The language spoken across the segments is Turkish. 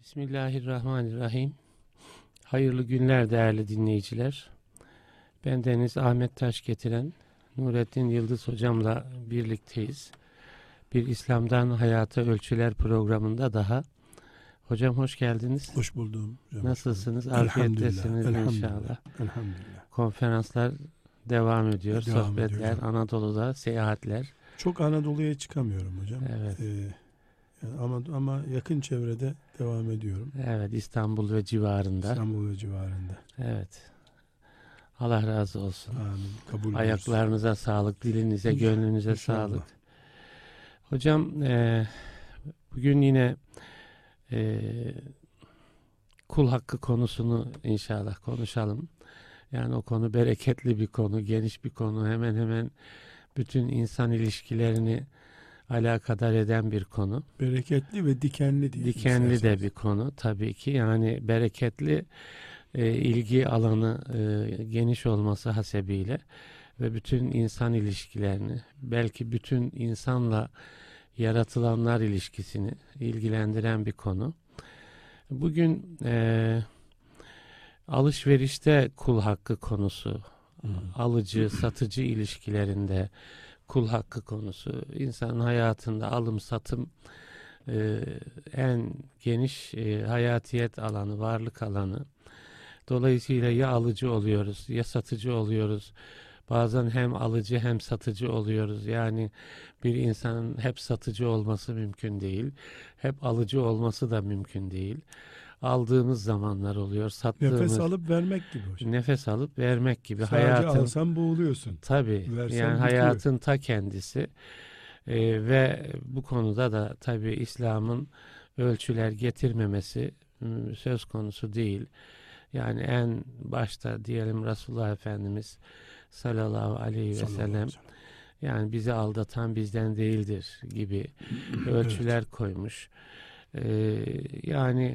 Bismillahirrahmanirrahim. Hayırlı günler değerli dinleyiciler. Bendeniz Ahmet Taş getiren Nurettin Yıldız hocamla birlikteyiz. Bir İslam'dan Hayata Ölçüler programında daha. Hocam hoş geldiniz. Hoş buldum. Hocam, nasılsınız? Afiyettesiniz inşallah. Elhamdülillah. Konferanslar devam ediyor. Sohbetler, ediyor. Anadolu'da seyahatler. Çok Anadolu'ya çıkamıyorum hocam. Evet. Ama yakın çevrede devam ediyorum. Evet, İstanbul ve civarında. İstanbul ve civarında. Evet. Allah razı olsun. Amin. Kabul Ayaklarınıza sağlık, dilinize, İnşallah. gönlünüze İnşallah. sağlık. Hocam bugün yine kul hakkı konusunu inşallah konuşalım. Yani o konu bereketli bir konu, geniş bir konu. Hemen hemen bütün insan ilişkilerini alakadar eden bir konu. Bereketli ve dikenli diye. Dikenli de bir konu tabii ki. Yani bereketli, ilgi alanı geniş olması hasebiyle ve bütün insan ilişkilerini, belki bütün insanla yaratılanlar ilişkisini ilgilendiren bir konu. Bugün alışverişte kul hakkı konusu, alıcı satıcı ilişkilerinde kul hakkı konusu, insanın hayatında alım satım en geniş hayatiyet alanı, varlık alanı. Dolayısıyla ya alıcı oluyoruz ya satıcı oluyoruz. Bazen hem alıcı hem satıcı oluyoruz. Yani bir insanın hep satıcı olması mümkün değil. Hep alıcı olması da mümkün değil. Aldığımız zamanlar oluyor. Sattığımız, nefes alıp vermek gibi hocam. Nefes alıp vermek gibi. Sadece hayatın, alsan boğuluyorsun. tabii. Versen Yani bitiyor. hayatın ta kendisi. Ve bu konuda da tabii İslam'ın ölçüler getirmemesi söz konusu değil. Yani en başta diyelim Resulullah Efendimiz sallallahu aleyhi ve sellem yani bizi aldatan bizden değildir gibi ölçüler koymuş. Yani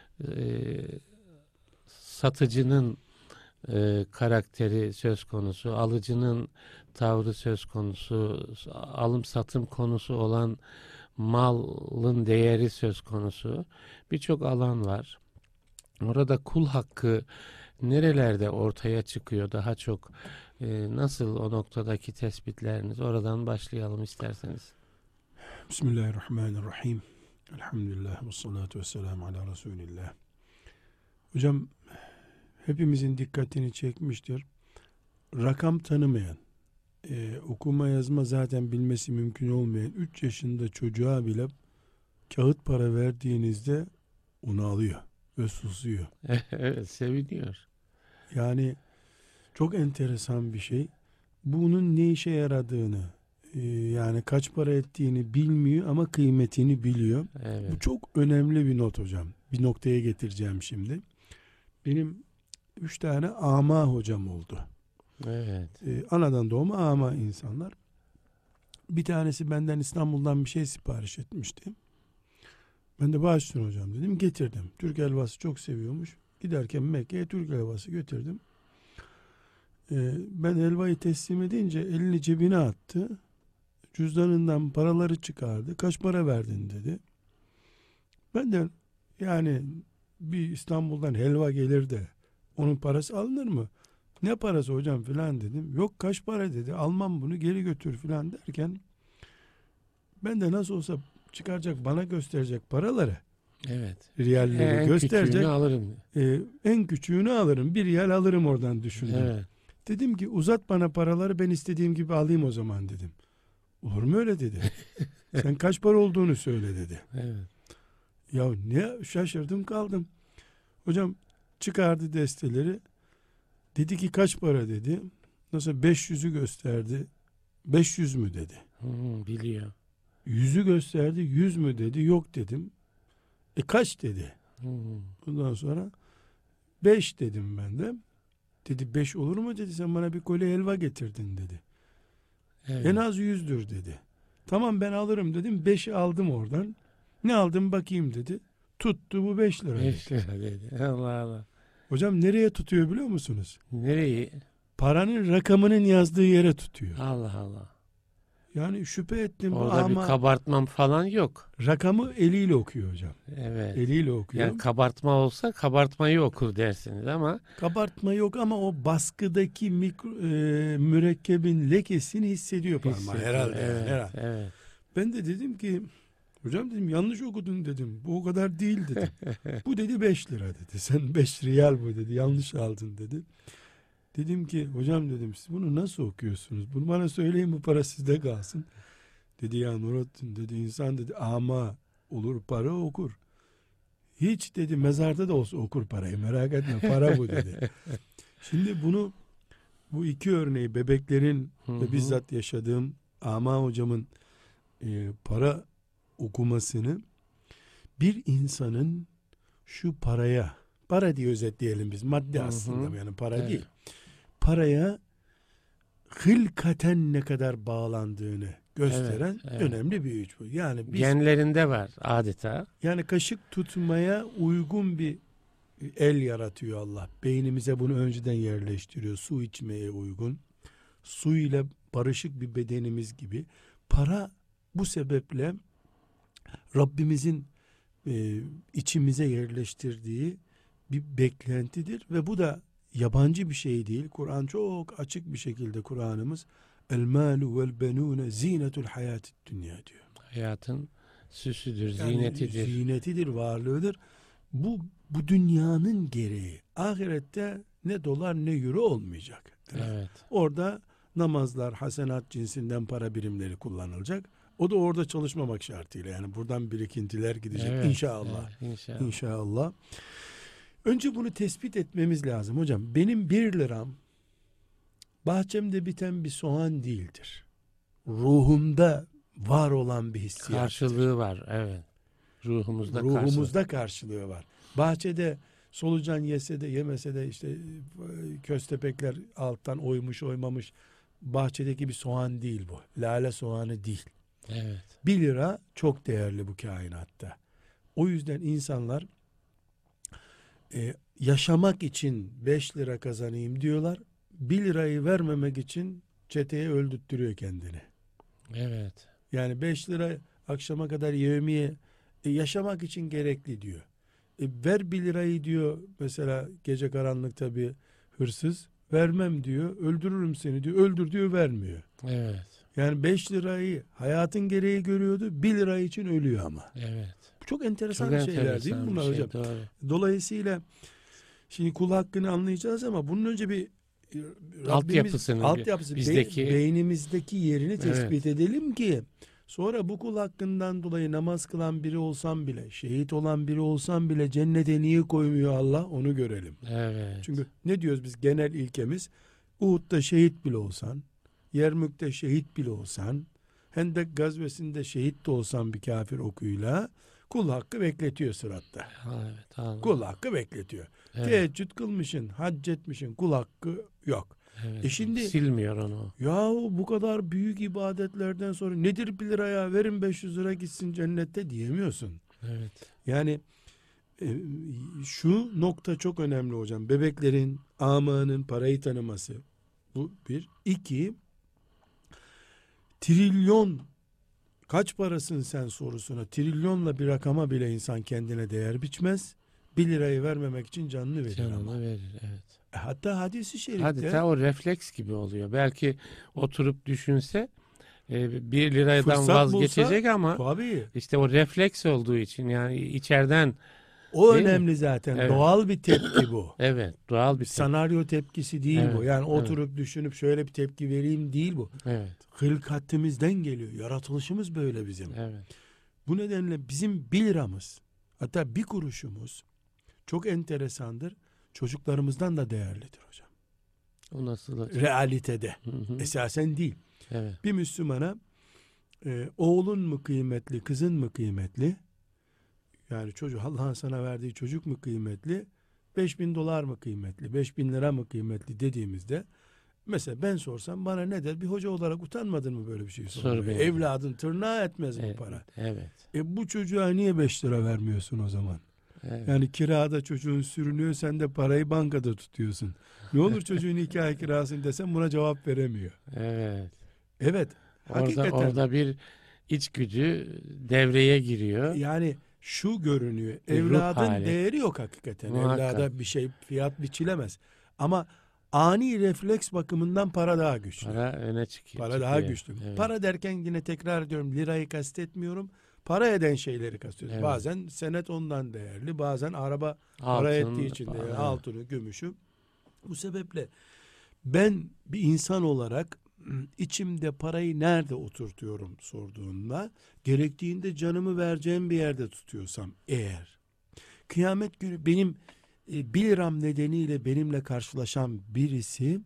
satıcının karakteri söz konusu, alıcının tavrı söz konusu, alım satım konusu olan malın değeri söz konusu. Birçok alan var. Orada kul hakkı nerelerde ortaya çıkıyor daha çok? Nasıl o noktadaki tespitleriniz? Oradan başlayalım isterseniz. Bismillahirrahmanirrahim. Elhamdülillah ve salatu ve selamu ala Resulillah. Hocam hepimizin dikkatini çekmiştir. Rakam tanımayan, okuma yazma zaten bilmesi mümkün olmayan 3 yaşında çocuğa bile kağıt para verdiğinizde onu alıyor ve susuyor. Evet, seviniyor. Yani çok enteresan bir şey. Bunun ne işe yaradığını, yani kaç para ettiğini bilmiyor ama kıymetini biliyor. Evet. Bu çok önemli bir not hocam. Bir noktaya getireceğim şimdi. Benim 3 tane ama hocam oldu. Evet. Anadan doğma ama insanlar. Bir tanesi benden İstanbul'dan bir şey sipariş etmişti. Ben de bağışlayın hocam dedim, getirdim. Türk helvası çok seviyormuş. Giderken Mekke'ye Türk helvası götürdüm. Ben helvayı teslim edince elini cebine attı. Cüzdanından paraları çıkardı. Kaç para verdin dedi. Ben de yani bir İstanbul'dan helva gelir de onun parası alınır mı? Ne parası hocam filan dedim. Yok kaç para dedi. Almam bunu, geri götür filan derken ben de nasıl olsa çıkaracak, bana gösterecek paraları. Evet. Riyalleri En gösterecek. küçüğünü alırım. En küçüğünü alırım. Bir riyal alırım oradan düşündüm. Evet. Dedim ki uzat bana paraları, ben istediğim gibi alayım o zaman dedim. Olur mu öyle dedi. Sen kaç para olduğunu söyle dedi. Evet. Ya ne şaşırdım kaldım. Hocam çıkardı desteleri. Dedi ki kaç para dedi. Nasıl 500'ü gösterdi. 500 mü dedi. Biliyor. 100'ü gösterdi. 100 mü dedi. Yok dedim. Kaç dedi. Ondan sonra 5 dedim ben de. Dedi 5 olur mu dedi, sen bana bir kolye helva getirdin dedi. Evet. En az 100'dür dedi. Tamam ben alırım dedim. 5'i aldım oradan. Ne aldım bakayım dedi. Tuttu bu 5 lira. 5 lira dedi. Allah Allah. Hocam nereye tutuyor biliyor musunuz? Nereyi? Paranın rakamının yazdığı yere tutuyor. Allah Allah. Yani şüphe ettim Orada ama bir kabartmam falan yok. rakamı eliyle okuyor hocam. Evet. Eliyle okuyor. Yani kabartma olsa kabartmayı okur dersiniz ama Kabartma yok ama o baskıdaki mürekkebin lekesini hissediyor parmağı hissediyor. herhalde. Evet, Yani, herhalde. evet. Ben de dedim ki hocam dedim yanlış okudun dedim. Bu o kadar değil dedim. Bu dedi 5 lira dedi. Sen 5 riyal bu dedi. Yanlış aldın dedi. Dedim ki hocam dedim siz bunu nasıl okuyorsunuz? Bunu bana söyleyin, bu para sizde kalsın. Dedi ya Nurattin dedi, insan dedi ama olur para okur. Hiç dedi mezarda da olsa okur parayı, merak etme para bu dedi. Şimdi bu iki örneği, bebeklerin ve bizzat yaşadığım Ama hocamın para okumasını, bir insanın şu paraya, para diye özetleyelim biz, madde aslında yani para değil, paraya hılkaten ne kadar bağlandığını gösteren önemli bir güç bu. Yani biz, genlerinde var adeta. yani kaşık tutmaya uygun bir el yaratıyor Allah. Beynimize bunu önceden yerleştiriyor. Su içmeye uygun. Su ile barışık bir bedenimiz gibi. Para bu sebeple Rabbimizin içimize yerleştirdiği bir beklentidir ve bu da yabancı bir şey değil. Kur'an çok açık bir şekilde, Kur'an'ımız el malu vel benune zinetul hayatid dünya diyor. Hayatın süsüdür, Yani zinetidir. Zinetidir, varlığıdır. Bu dünyanın gereği. Ahirette ne dolar ne euro olmayacak. Evet. Orada namazlar, hasenat cinsinden para birimleri kullanılacak. O da orada çalışmamak şartıyla. Yani buradan birikintiler gidecek inşallah. Evet, inşallah. İnşallah. Önce bunu tespit etmemiz lazım hocam. Benim 1 liram bahçemde biten bir soğan değildir. Ruhumda var olan bir hissiyat. Karşılığı var, evet. Ruhumuzda karşılığı var. Bahçede solucan yese de yemese de işte köstebekler alttan oymuş oymamış, bahçedeki bir soğan değil bu. Lale soğanı değil. Evet. 1 lira çok değerli bu kainatta. O yüzden insanlar yaşamak için 5 lira kazanayım diyorlar. 1 lirayı vermemek için çeteye öldürttürüyor kendini. Evet. Yani 5 lira akşama kadar yevmiye yaşamak için gerekli diyor. Ver 1 lirayı diyor mesela gece karanlıkta bir hırsız, vermem diyor, öldürürüm seni diyor, öldür diyor, vermiyor. Evet. Yani 5 lirayı hayatın gereği görüyordu, 1 lira için ölüyor ama. Evet. Bu çok enteresan Çok şeyler enteresan değil mi bunlar bir hocam? Doğru. Dolayısıyla şimdi kul hakkını anlayacağız ama bunun önce bir Altyapısını bizdeki beynimizdeki yerini tespit edelim ki sonra bu kul hakkından dolayı namaz kılan biri olsam bile, şehit olan biri olsam bile cennete niye koymuyor Allah, onu görelim. Evet. Çünkü ne diyoruz biz, genel ilkemiz, Uhud'da şehit bile olsan, Yermük'te şehit bile olsan, Hendek gazvesinde şehit de olsan bir kafir okuyla kul hakkı bekletiyor sıratta. Evet, Allah. Kul hakkı bekletiyor. Evet. Teheccüd kılmışsın, hac etmişsin, kul hakkı yok. Evet. Şimdi Silmiyor onu. yahu bu kadar büyük ibadetlerden sonra nedir 1 liraya, verin 500 lira gitsin cennette diyemiyorsun. Evet. Yani şu nokta çok önemli hocam. Bebeklerin, amanın parayı tanıması. Bu bir. 2, trilyon, kaç parasın sen sorusuna trilyonla bir rakama bile insan kendine değer biçmez. 1 lirayı vermemek için canını verir ama. Canını verir, evet. Hatta hadisi şerifte. Hatta o refleks gibi oluyor. Belki oturup düşünse 1 liradan fırsat vazgeçecek bulsa, ama tabii. işte o refleks olduğu için, yani içeriden. O değil önemli mi? zaten. Evet. Doğal bir tepki bu. Evet, doğal bir Senaryo tepkisi değil Evet, bu. Yani evet. oturup düşünüp şöyle bir tepki vereyim değil bu. Evet. Hılkatimizden geliyor. Yaratılışımız böyle bizim. Evet. Bu nedenle bizim 1 liramız, hatta 1 kuruşumuz çok enteresandır. Çocuklarımızdan da değerlidir hocam. O nasıl? Realitede. Hı hı. Esasen değil. Evet. Bir Müslümana oğlun mu kıymetli, kızın mı kıymetli? Yani Allah'ın sana verdiği çocuk mu kıymetli? 5.000 dolar mı kıymetli? 5.000 lira mı kıymetli dediğimizde, mesela ben sorsam bana ne der? Bir hoca olarak utanmadın mı böyle bir şey sormaya? Evladın tırnağı etmez bu para. Evet. Bu çocuğa niye 5 lira vermiyorsun o zaman? Evet. Yani kirada çocuğun sürünüyor, sen de parayı bankada tutuyorsun. Ne olur çocuğun 2 ay kirasını desem buna cevap veremiyor. Evet. Evet, Hakikaten. Orada bir içgüdü devreye giriyor. Yani şu görünüyor. Bir ruh Evladın hali. değeri yok hakikaten. Muhakkak. Evlada bir şey fiyat biçilemez. Ama ani refleks bakımından para daha güçlü. Para öne çıkıyor. Para daha güçlü. Evet. Para derken yine tekrar ediyorum, lirayı kastetmiyorum. Para eden şeyleri kastediyoruz. Evet. Bazen senet ondan değerli, bazen araba para Altın, ettiği için değerli, evet. altını, gümüşü. Bu sebeple ben bir insan olarak içimde parayı nerede oturtuyorum sorduğunda, gerektiğinde canımı vereceğim bir yerde tutuyorsam eğer, kıyamet günü benim 1 liram nedeniyle benimle karşılaşan birisi,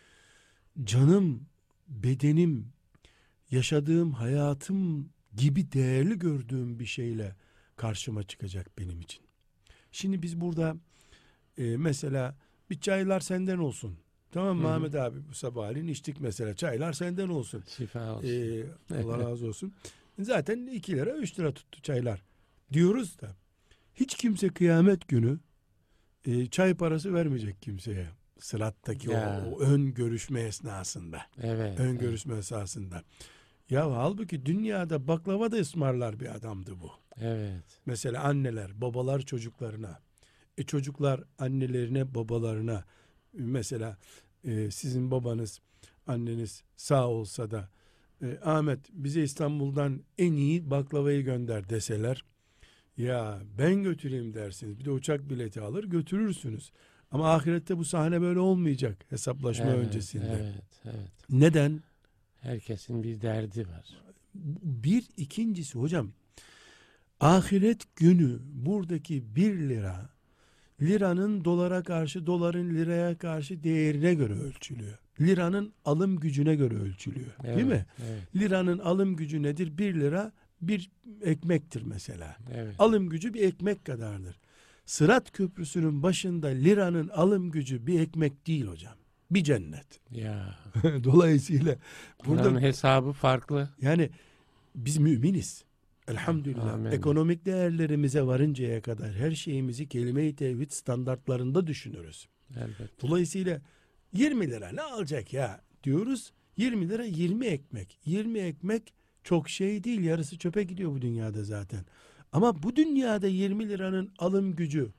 canım, bedenim, yaşadığım hayatım gibi değerli gördüğüm bir şeyle karşıma çıkacak benim için. Şimdi biz burada mesela bir çaylar senden olsun. Tamam mı Ahmet abi, bu sabahleyin içtik mesela, çaylar senden olsun. Şifa olsun. Allah razı olsun. Zaten 2 lira 3 lira tuttu çaylar diyoruz da hiç kimse kıyamet günü çay parası vermeyecek kimseye. Sırattaki o ön görüşme esnasında. Evet. Ön görüşme esasında. Ya halbuki dünyada baklava da ısmarlar bir adamdı bu. Evet. Mesela anneler, babalar çocuklarına, çocuklar annelerine, babalarına, mesela sizin babanız, anneniz sağ olsa da Ahmet bize İstanbul'dan en iyi baklavayı gönder deseler, ya ben götüreyim dersiniz. Bir de uçak bileti alır götürürsünüz. Ama ahirette bu sahne böyle olmayacak, hesaplaşma öncesinde. Evet. Neden? Herkesin bir derdi var. Bir, ikincisi hocam, ahiret günü buradaki 1 lira, liranın dolara karşı, doların liraya karşı değerine göre ölçülüyor. Liranın alım gücüne göre ölçülüyor. Evet, değil mi? Evet. Liranın alım gücü nedir? 1 lira bir ekmektir mesela. Evet. Alım gücü bir ekmek kadardır. Sırat Köprüsü'nün başında liranın alım gücü bir ekmek değil hocam. Bir cennet. Ya. Dolayısıyla Buranın burada hesabı farklı. yani biz müminiz. Elhamdülillah. Amin. Ekonomik değerlerimize varıncaya kadar her şeyimizi kelime-i tevhid standartlarında düşünürüz. Elbette. Dolayısıyla 20 lira ne alacak ya diyoruz. 20 lira 20 ekmek. 20 ekmek çok şey değil. Yarısı çöpe gidiyor bu dünyada zaten. Ama bu dünyada 20 liranın alım gücü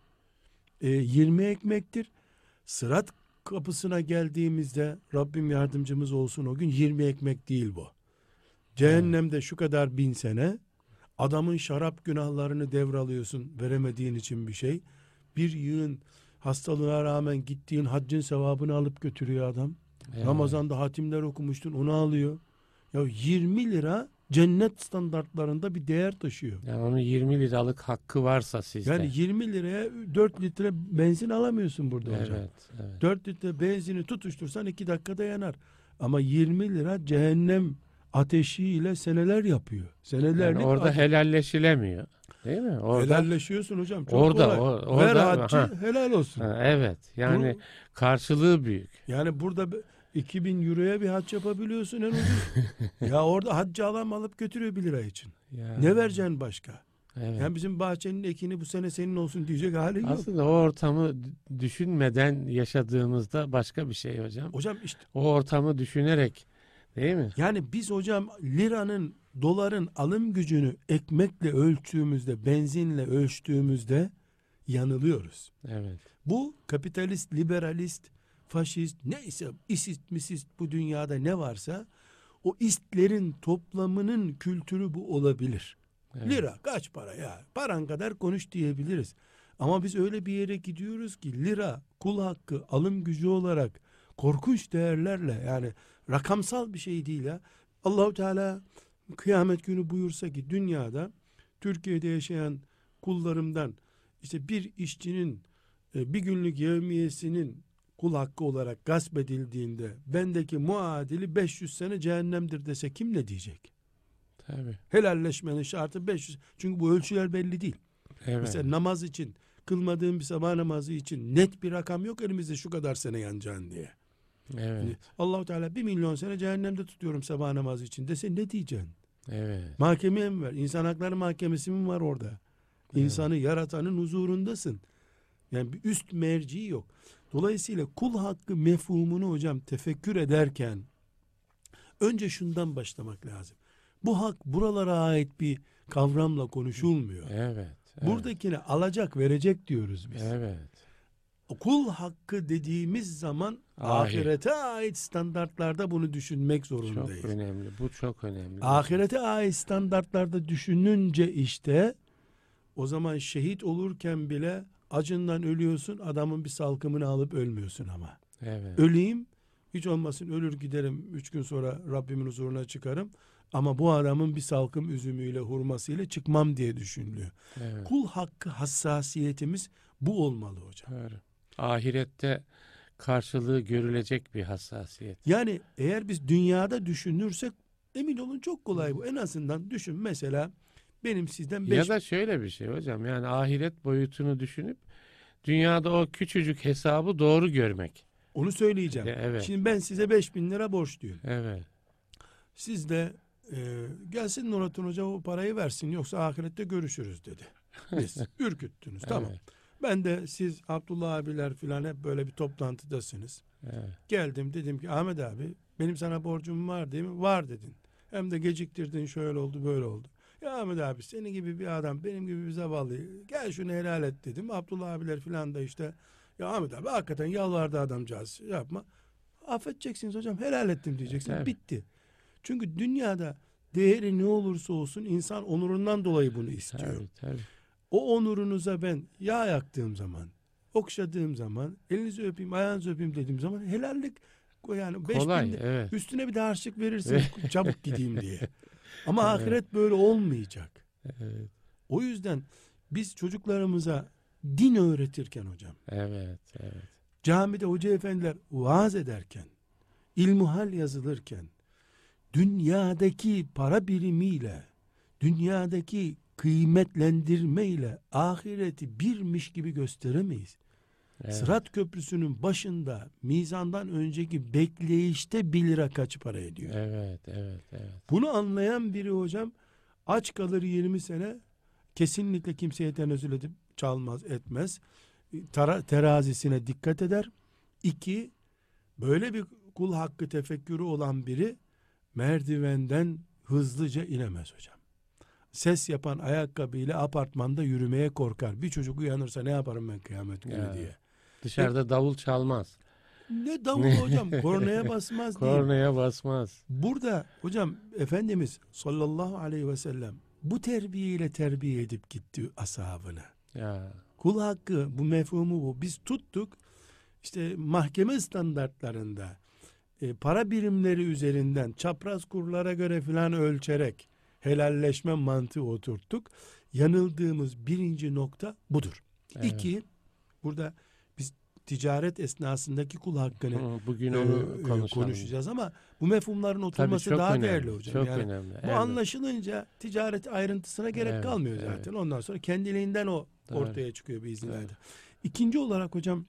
20 ekmektir. Sırat kapısına geldiğimizde Rabbim yardımcımız olsun, o gün 20 ekmek değil bu. Cehennemde şu kadar 1000 sene, adamın şarap günahlarını devralıyorsun veremediğin için bir şey. Bir yığın hastalığına rağmen gittiğin haccın sevabını alıp götürüyor adam. Evet. Ramazan'da hatimler okumuştun, onu alıyor. Ya 20 lira cennet standartlarında bir değer taşıyor. Yani onun 20 liralık hakkı varsa sizde. Yani 20 liraya 4 litre benzin alamıyorsun burada hocam. Evet. 4 litre benzini tutuştursan 2 dakikada yanar. Ama 20 lira cehennem ateşiyle seneler yapıyor. Senelerlik Yani orada helalleşilemiyor. Değil mi? Orada helalleşiyorsun hocam. Çok orada kolay. orada Ver haccı, helal olsun. evet. Yani karşılığı büyük. Yani burada 2000 euroya bir hac yapabiliyorsun en ucuz. Ya orada haccı adam alıp götürüyor 1 lira için. Ya. Ne vereceksin başka? Evet. Yani bizim bahçenin ekini bu sene senin olsun diyecek hali yok. Aslında o ortamı düşünmeden yaşadığımızda başka bir şey hocam. Hocam işte O ortamı düşünerek, değil mi? yani biz hocam liranın, doların alım gücünü ekmekle ölçtüğümüzde, benzinle ölçtüğümüzde yanılıyoruz. Evet. Bu kapitalist, liberalist, faşist, neyse isist misist bu dünyada ne varsa o istlerin toplamının kültürü bu olabilir. Evet. Lira kaç para ya? Paran kadar konuş diyebiliriz. Ama biz öyle bir yere gidiyoruz ki lira, kul hakkı, alım gücü olarak korkunç değerlerle, yani rakamsal bir şey değil ya. Allahu Teala kıyamet günü buyursa ki dünyada Türkiye'de yaşayan kullarımdan işte bir işçinin bir günlük yevmiyesinin kul hakkı olarak gasp edildiğinde bendeki muadili 500 sene cehennemdir dese kim ne diyecek? Tabii. Helalleşmenin şartı 500. Çünkü bu ölçüler belli değil. Evet. Mesela namaz için, kılmadığım bir sabah namazı için net bir rakam yok elimizde, şu kadar sene yanacaksın diye. Evet. Yani Allah-u Teala 1 milyon sene cehennemde tutuyorum sabah namazı için dese ne diyeceksin? Evet. Mahkemeye mi var? İnsan Hakları Mahkemesi mi var orada? İnsanı yaratanın huzurundasın. Yani bir üst merci yok. Dolayısıyla kul hakkı mefhumunu hocam tefekkür ederken Önce şundan başlamak lazım. Bu hak buralara ait bir kavramla konuşulmuyor. Evet. Buradakine alacak verecek diyoruz biz. Evet. Kul hakkı dediğimiz zaman ahirete ait standartlarda bunu düşünmek zorundayız. Çok önemli. Bu çok önemli. Ahirete ait standartlarda düşününce işte o zaman şehit olurken bile acından ölüyorsun, adamın bir salkımını alıp ölmüyorsun ama. Evet. Öleyim, hiç olmasın ölür giderim, 3 gün sonra Rabbimin huzuruna çıkarım ama bu adamın bir salkım üzümüyle, hurmasıyla çıkmam diye düşünülüyor. Evet. Kul hakkı hassasiyetimiz bu olmalı hocam. Doğru. Ahirette karşılığı görülecek bir hassasiyet. Yani eğer biz dünyada düşünürsek emin olun çok kolay bu. En azından düşün mesela benim sizden Ya 5 da şöyle bir şey hocam, yani ahiret boyutunu düşünüp dünyada o küçücük hesabı doğru görmek. onu söyleyeceğim. Evet. Şimdi ben size 5.000 lira borçluyum. Evet. Siz de gelsin Nurattin Hoca o parayı versin yoksa ahirette görüşürüz dedi. Biz ürküttünüz. Tamam. Evet. Ben de siz Abdullah abiler filan hep böyle bir toplantıdasınız. Evet. Geldim dedim ki Ahmet abi benim sana borcum var değil mi? Var dedin. Hem de geciktirdin, şöyle oldu böyle oldu. Ya Ahmet abi senin gibi bir adam, benim gibi bir zavallı, gel şunu helal et dedim. Abdullah abiler filan da işte ya Ahmet abi hakikaten yalvardı adamcağız, yapma. Affedeceksiniz hocam, helal ettim diyeceksin. Evet. Bitti. Çünkü dünyada değeri ne olursa olsun insan onurundan dolayı bunu istiyor. Tabii, tabii. O onurunuza ben yağ yaktığım zaman, okşadığım zaman, elinizi öpeyim, ayağınızı öpeyim dediğim zaman helallik, yani 5.000 Kolay, evet. üstüne bir de harçlık verirsiniz çabuk gideyim diye. Ama ahiret böyle olmayacak. Evet. O yüzden biz çocuklarımıza din öğretirken hocam, Evet, evet. camide hoca efendiler vaaz ederken, ilmuhal yazılırken, dünyadaki para birimiyle, dünyadaki kıymetlendirmeyle ahireti birmiş gibi gösteremeyiz. Evet. Sırat köprüsünün başında mizandan önceki bekleyişte 1 lira kaç para ediyor? Evet, evet, evet. Bunu anlayan biri hocam aç kalır 20 sene, kesinlikle kimseye tenezzül edip çalmaz etmez. Terazisine dikkat eder. 2, böyle bir kul hakkı tefekkürü olan biri merdivenden hızlıca inemez hocam. Ses yapan ayakkabıyla apartmanda yürümeye korkar. Bir çocuk uyanırsa ne yaparım ben kıyamet günü Ya. diye. Dışarıda davul çalmaz. Ne davul hocam, kornaya basmaz değil. Kornaya basmaz. Burada hocam Efendimiz sallallahu aleyhi ve sellem bu terbiyeyle terbiye edip gitti ashabını. Ya. Kul hakkı bu mefhumu bu. Biz tuttuk işte mahkeme standartlarında para birimleri üzerinden çapraz kurlara göre filan ölçerek helalleşme mantığı oturttuk. Yanıldığımız birinci nokta budur. Evet. 2, burada biz ticaret esnasındaki kul hakkını Bugün onu konuşacağız ama bu mefhumların oturması daha önemli, değerli hocam. Çok yani önemli. bu Evet. anlaşılınca ticaret ayrıntısına gerek Evet, kalmıyor evet. zaten. Ondan sonra kendiliğinden o Doğru. ortaya çıkıyor biiznillah. Doğru. İkinci olarak hocam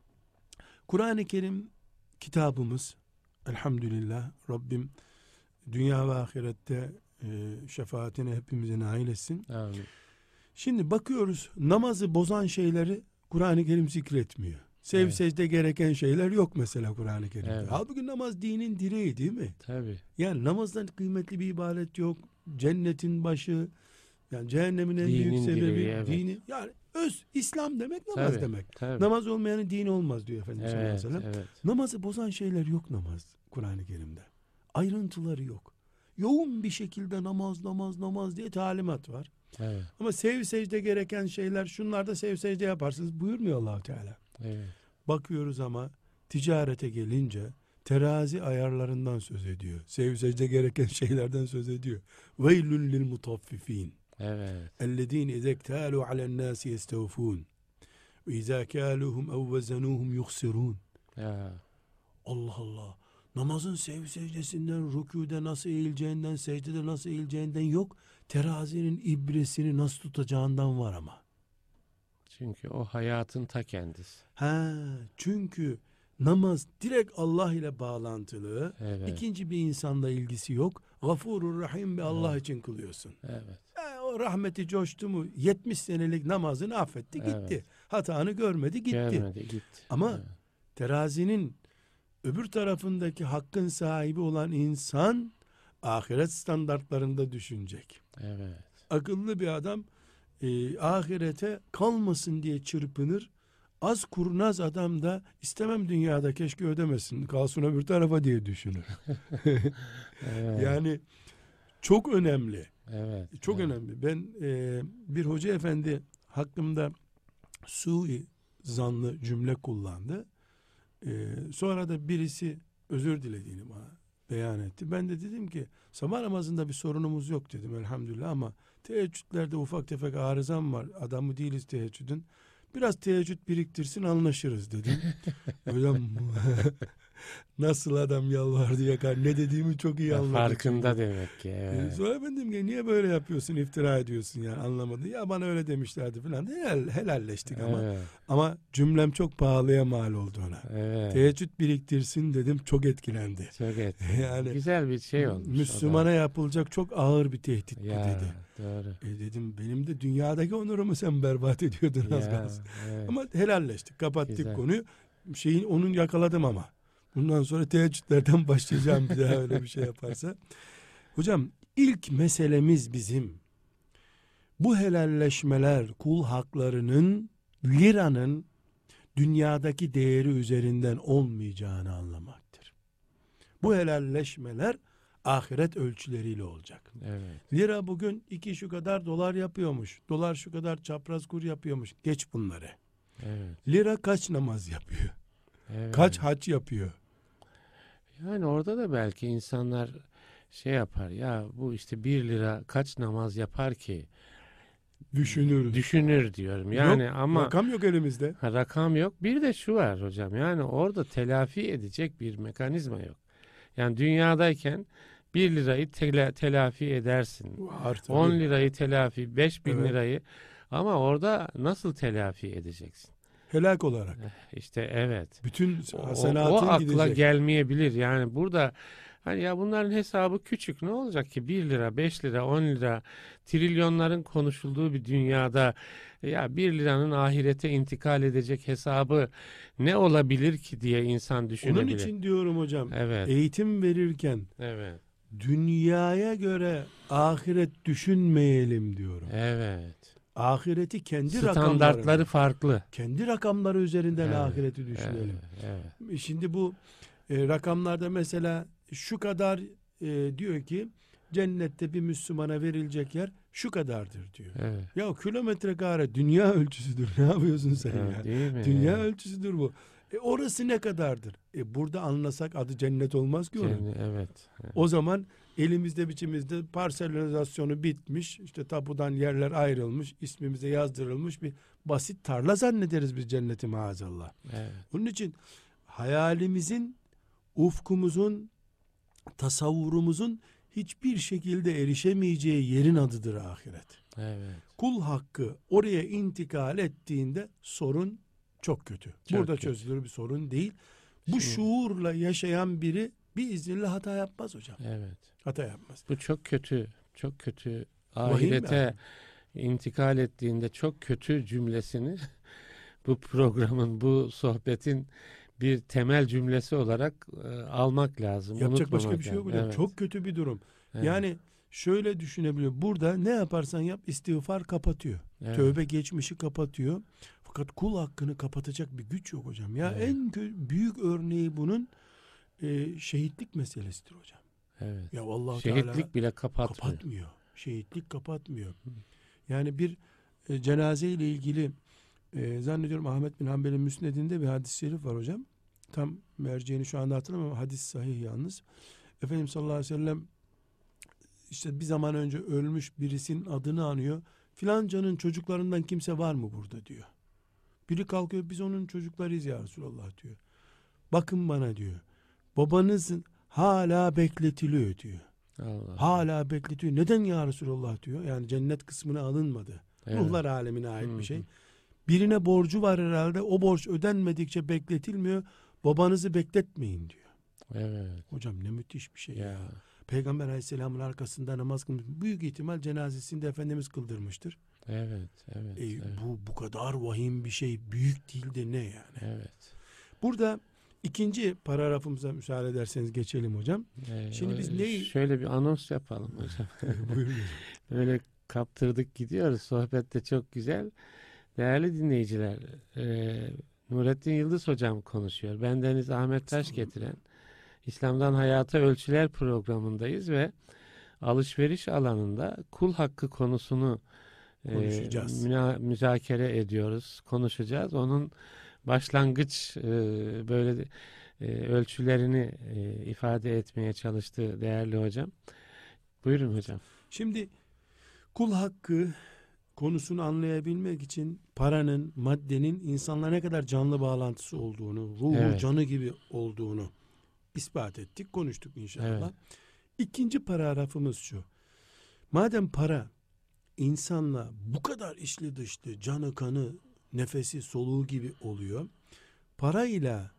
Kur'an-ı Kerim kitabımız, elhamdülillah, Rabbim dünya ve ahirette şefaatine hepimize nail etsin. Amin. Şimdi bakıyoruz, namazı bozan şeyleri Kur'an-ı Kerim zikretmiyor. Evet. Secde gereken şeyler yok mesela Kur'an-ı Kerim'de. Evet. Halbuki namaz dinin direği değil mi? Tabii. Yani namazdan kıymetli bir ibadet yok. Cennetin başı, yani cehennemin en Dinin büyük sebebi direği, evet. dini. Yani öz İslam demek namaz Tabii, demek. tabii. Namaz olmayanın dini olmaz diyor Efendimiz sallallahu Evet, aleyhi ve sellem. evet. Namazı bozan şeyler yok namaz Kur'an-ı Kerim'de. Ayrıntıları yok. Yoğun bir şekilde namaz diye talimat var. Evet. Ama sev secde gereken şeyler, şunlarda sev secde yaparsınız buyurmuyor Allah Teala. Evet. Bakıyoruz ama ticarete gelince terazi ayarlarından söz ediyor. Sev secde gereken şeylerden söz ediyor. Veylül lil mutaffifin. Evet. Ellezine izektalu alen nasi yestevfun. Ve izâ kâluhum ev vezenuhum yukhsirun. Ya. Allah Allah. Namazın sev secdesinden, rükûde nasıl eğileceğinden, secdede nasıl eğileceğinden yok. Terazinin ibresini nasıl tutacağından var ama. Çünkü o hayatın ta kendisi. Çünkü namaz direkt Allah ile bağlantılı. Evet. İkinci bir insanla ilgisi yok. Gafurur Rahim bir Allah Evet. için kılıyorsun. Evet. O rahmeti coştu mu 70 senelik namazını affetti gitti. Evet. Hatanı görmedi gitti. Gelmedi gitti. Ama Evet. terazinin öbür tarafındaki hakkın sahibi olan insan ahiret standartlarında düşünecek. Evet. Akıllı bir adam ahirete kalmasın diye çırpınır. Az kurnaz adam da istemem dünyada, keşke ödemesin, kalsın öbür tarafa diye düşünür. Evet. Yani çok önemli. Evet. Çok evet. önemli. Ben bir hoca efendi hakkımda sui zanlı cümle kullandı. Sonra da birisi özür dilediğini bana beyan etti. Ben de dedim ki sabah namazında bir sorunumuz yok dedim elhamdülillah, ama teheccüdlerde ufak tefek arızam var. Adamı değiliz teheccüdün. Biraz teheccüd biriktirsin, anlaşırız dedim. Hocam nasıl adam yalvardı yakar, ne dediğimi çok iyi anladı. Farkında çünkü. demek ki. Evet. Sonra ben dedim ki niye böyle yapıyorsun, iftira ediyorsun yani, anlamadı. Ya bana öyle demişlerdi falan. Helalleştik ama. Evet. Ama cümlem çok pahalıya mal oldu ona. Evet. Teheccüd biriktirsin dedim, çok etkilendi. Çok Yani güzel bir şey olmuş. Müslümana yapılacak çok ağır bir tehdit bu ya, dedi. Doğru. Dedim benim de dünyadaki onurumu sen berbat ediyordun az Ya, kalsın. evet. Ama helalleştik, kapattık Güzel. konuyu. Onun yakaladım ama. Bundan sonra teheccüdlerden başlayacağım bir daha öyle bir şey yaparsa. Hocam ilk meselemiz bizim bu helalleşmeler kul haklarının liranın dünyadaki değeri üzerinden olmayacağını anlamaktır. Bu helalleşmeler ahiret ölçüleriyle olacak. Evet. Lira bugün 2 şu kadar dolar yapıyormuş. Dolar şu kadar çapraz kur yapıyormuş. Geç bunları. Evet. Lira kaç namaz yapıyor? Evet. Kaç hac yapıyor? Yani orada da belki insanlar şey yapar ya, bu işte 1 lira kaç namaz yapar ki? Düşünür diyorum. Yani yok, ama rakam yok elimizde. rakam yok. Bir de şu var hocam. Yani orada telafi edecek bir mekanizma yok. Yani dünyadayken 1 lirayı telafi edersin. Var tabii. 10 lirayı telafi, 5.000 Evet. lirayı, ama orada nasıl telafi edeceksin? Helak olarak. İşte evet. Bütün O hasenatın akla gidecek. gelmeyebilir. Yani burada hani ya bunların hesabı küçük, ne olacak ki 1 lira, 5 lira, 10 lira, trilyonların konuşulduğu bir dünyada ya 1 liranın ahirete intikal edecek hesabı ne olabilir ki diye insan düşünebilir. Onun için diyorum hocam, Evet. eğitim verirken Evet. dünyaya göre ahiret düşünmeyelim diyorum. Evet. Ahireti kendi Standartları farklı. kendi rakamları üzerinden Evet, ahireti düşünelim. Evet. Şimdi bu rakamlarda mesela şu kadar diyor ki cennette bir Müslümana verilecek yer şu kadardır diyor. Evet. Ya kilometre kare dünya ölçüsüdür. Ne yapıyorsun sen Evet, ya? değil mi? Dünya Evet. ölçüsüdür bu. Orası ne kadardır? Burada anlasak adı cennet olmaz ki onun. Evet. O zaman elimizde biçimizde parselizasyonu bitmiş, işte tapudan yerler ayrılmış, ismimize yazdırılmış bir basit tarla zannederiz biz cenneti maazallah. Evet. Bunun için hayalimizin, ufkumuzun, tasavvurumuzun hiçbir şekilde erişemeyeceği yerin adıdır ahiret. Evet. Kul hakkı oraya intikal ettiğinde sorun çok kötü. Çok Burada kötü. çözülür bir sorun değil. Bu Şimdi- şuurla yaşayan biri biiznillah hata yapmaz hocam. Evet. Hata yapmaz. Bu çok kötü. Çok kötü. Vahim Ahirete yani. intikal ettiğinde çok kötü cümlesini bu programın, bu sohbetin bir temel cümlesi olarak almak lazım. Yapacak başka unutmamak bir şey yok lazım. hocam. Evet. Çok kötü bir durum. Evet. Yani şöyle düşünebiliyor. Burada ne yaparsan yap istiğfar kapatıyor. Evet. Tövbe geçmişi kapatıyor. Fakat kul hakkını kapatacak bir güç yok hocam. Ya Evet. en büyük örneği bunun şehitlik meselesidir hocam. Evet. Ya Allah Şehitlik Teala bile kapatmıyor. kapatmıyor. Şehitlik kapatmıyor. Yani bir cenaze ile ilgili zannediyorum Ahmet bin Hanbel'in Müsned'inde bir hadis-i şerif var hocam. Tam merceğini şu anda hatırlamıyorum ama hadis sahih yalnız. Efendimiz sallallahu aleyhi ve sellem işte bir zaman önce ölmüş birisinin adını anıyor. Filancanın çocuklarından kimse var mı burada diyor. Biri kalkıyor, biz onun çocuklarıyız ya Resulallah diyor. Bakın bana diyor. Babanızın hala bekletiliyor diyor. Allah. Hala bekletiyor. Neden ya Resulallah diyor. Yani cennet kısmına alınmadı. Evet. Ruhlar alemine ait Hı bir hı. şey. Birine borcu var herhalde. O borç ödenmedikçe bekletilmiyor. Babanızı bekletmeyin diyor. Evet. Hocam ne müthiş bir şey ya. Ya. Peygamber aleyhisselamın arkasında namaz kılmış. Büyük ihtimal cenazesini de Efendimiz kıldırmıştır. Evet. Evet. Evet. Bu kadar vahim bir şey büyük değil de ne yani? Evet. Burada İkinci paragrafımıza müsaade ederseniz geçelim hocam. Şimdi biz neyi... Şöyle bir anons yapalım hocam. Buyurun. Böyle kaptırdık gidiyoruz. Sohbet de çok güzel. Değerli dinleyiciler, Nurettin Yıldız hocam konuşuyor. Bendeniz Ahmet Taş getiren İslam'dan Hayata Ölçüler programındayız ve alışveriş alanında kul hakkı konusunu konuşacağız. Müzakere ediyoruz, konuşacağız. Onun başlangıç böyle ölçülerini ifade etmeye çalıştı değerli hocam. Buyurun hocam. Şimdi kul hakkı konusunu anlayabilmek için paranın, maddenin insanla ne kadar canlı bağlantısı olduğunu, ruhu canı gibi olduğunu ispat ettik, konuştuk inşallah. Evet. İkinci paragrafımız şu. Madem para insanla bu kadar içli dışlı, canı kanı, nefesi soluğu gibi oluyor, parayla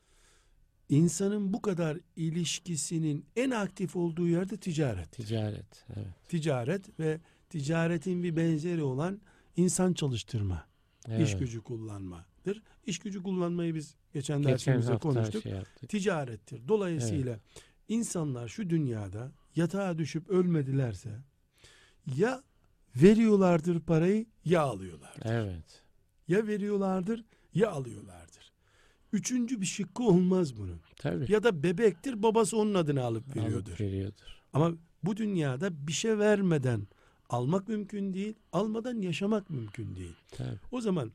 insanın bu kadar ilişkisinin en aktif olduğu yerde ticaret. Ticaret, evet. Ticaret ve ticaretin bir benzeri olan insan çalıştırma, iş gücü kullanmadır. İş gücü kullanmayı biz geçen dersimizde konuştuk. Ticarettir. Dolayısıyla insanlar şu dünyada yatağa düşüp ölmedilerse ya veriyorlardır parayı ya alıyorlardır. Evet. Ya veriyorlardır ya alıyorlardır. Üçüncü bir şıkkı olmaz bunun. Tabii. Ya da bebektir, babası onun adını alıp veriyordur. Ama bu dünyada bir şey vermeden almak mümkün değil, almadan yaşamak mümkün değil. Tabii. O zaman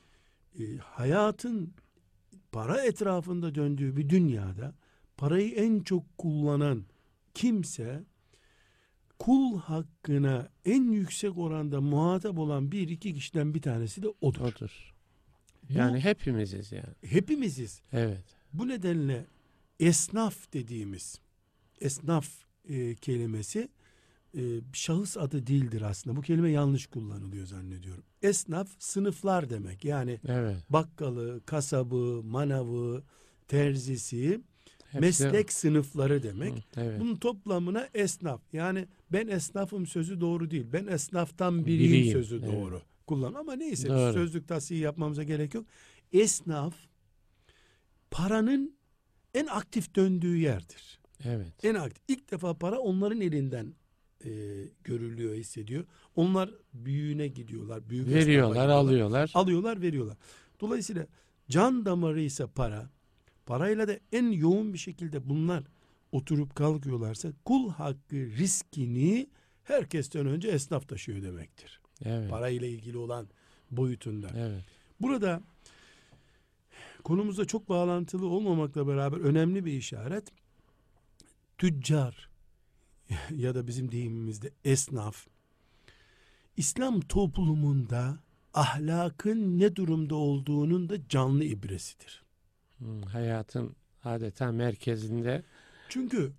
hayatın para etrafında döndüğü bir dünyada parayı en çok kullanan kimse kul hakkına en yüksek oranda muhatap olan bir iki kişiden bir tanesi de odur. Yani hepimiziz yani. Hepimiziz. Evet. Bu nedenle esnaf dediğimiz esnaf kelimesi şahıs adı değildir aslında. Bu kelime yanlış kullanılıyor zannediyorum. Esnaf sınıflar demek. Yani bakkalı, kasabı, manavı, terzisi, hepsi meslek sınıfları demek. Bunun toplamına esnaf. Yani ben esnafım sözü doğru değil. Ben esnaftan biriyim sözü doğru. Kullan ama neyse sözlük tasfiye yapmamıza gerek yok. Esnaf paranın en aktif döndüğü yerdir. Evet. En aktif. İlk defa para onların elinden görülüyor, hissediyor. Onlar büyüğüne gidiyorlar. Büyük veriyorlar, alıyorlar. Alıyorlar, veriyorlar. Dolayısıyla can damarı ise para. Parayla da en yoğun bir şekilde bunlar oturup kalkıyorlarsa kul hakkı riskini herkesten önce esnaf taşıyor demektir. Evet. Parayla ilgili olan boyutunda. Evet. Burada konumuzda çok bağlantılı olmamakla beraber önemli bir işaret. Tüccar ya da bizim deyimimizde esnaf, İslam toplumunda ahlakın ne durumda olduğunun da canlı ibresidir. Hayatın adeta merkezinde. Çünkü